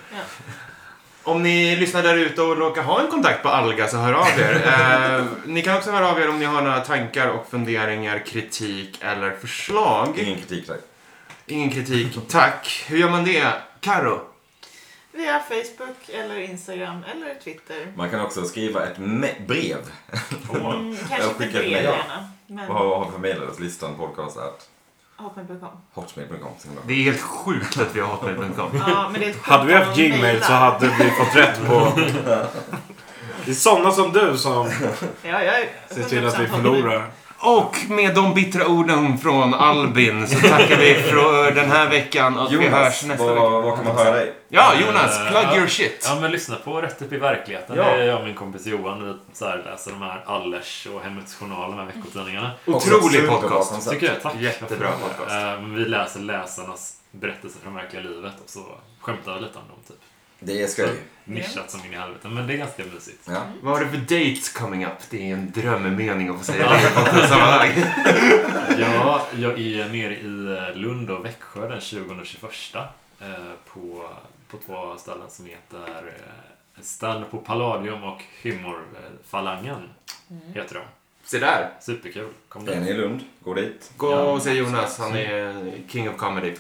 Om ni lyssnar där ute och råkar ha en kontakt på Alga, så hör av er. Ni kan också höra av er om ni har några tankar och funderingar, kritik eller förslag. Ingen kritik tack. Ingen kritik, tack. Hur gör man det? Karo? Via Facebook eller Instagram eller Twitter. Man kan också skriva ett brev. Kanske inte skickar brev ett mail. gärna. Men Vad har vi för mejladress? Listan podcast hotmail.com. hotmail.com. Det är helt sjukt att vi har hotmail.com. Ja, men det är ett Hade vi haft sjukt antal Gmail så mejlar. hade vi fått rätt på... Det är sådana som du som Ja, jag är ser till att vi 100% hotmail. förlorar. Och med de bittra orden från Albin så tackar vi för den här veckan och vi hörs Jonas, nästa vecka. vad kan man höra dig? Ja, Jonas, plug your shit. Ja, men lyssna på Rätt upp i verkligheten. Ja. Det är jag och min kompis Johan. Vi så här läser de här Allers och Hemmets Journal, de här veckotidningarna. Otrolig podcast. Tycker jag, tack. Jättebra podcast. Men vi läser läsarnas berättelser från verkliga livet och så skämtar vi lite om dem typ. Det är skoj. Nischat som in i helvete, men det är ganska mysigt. Ja. Vad har du för dates coming up? Det är en drömmening att få säga det i podcastsammanhang. Ja, jag är nere i Lund och Växjö den 20 och 21 på 2 ställen som heter Stand på Palladium och Humorfalangen heter de. Se där. Superkul. Kom Är ni dit. i Lund? Gå dit. Gå och se Jonas, han är king of comedy.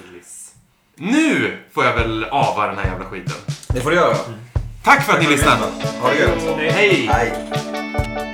Nu får jag väl ava den här jävla skiten. Det får du göra. Tack för att ni lyssnade. Ha det gött. Hej! Hej.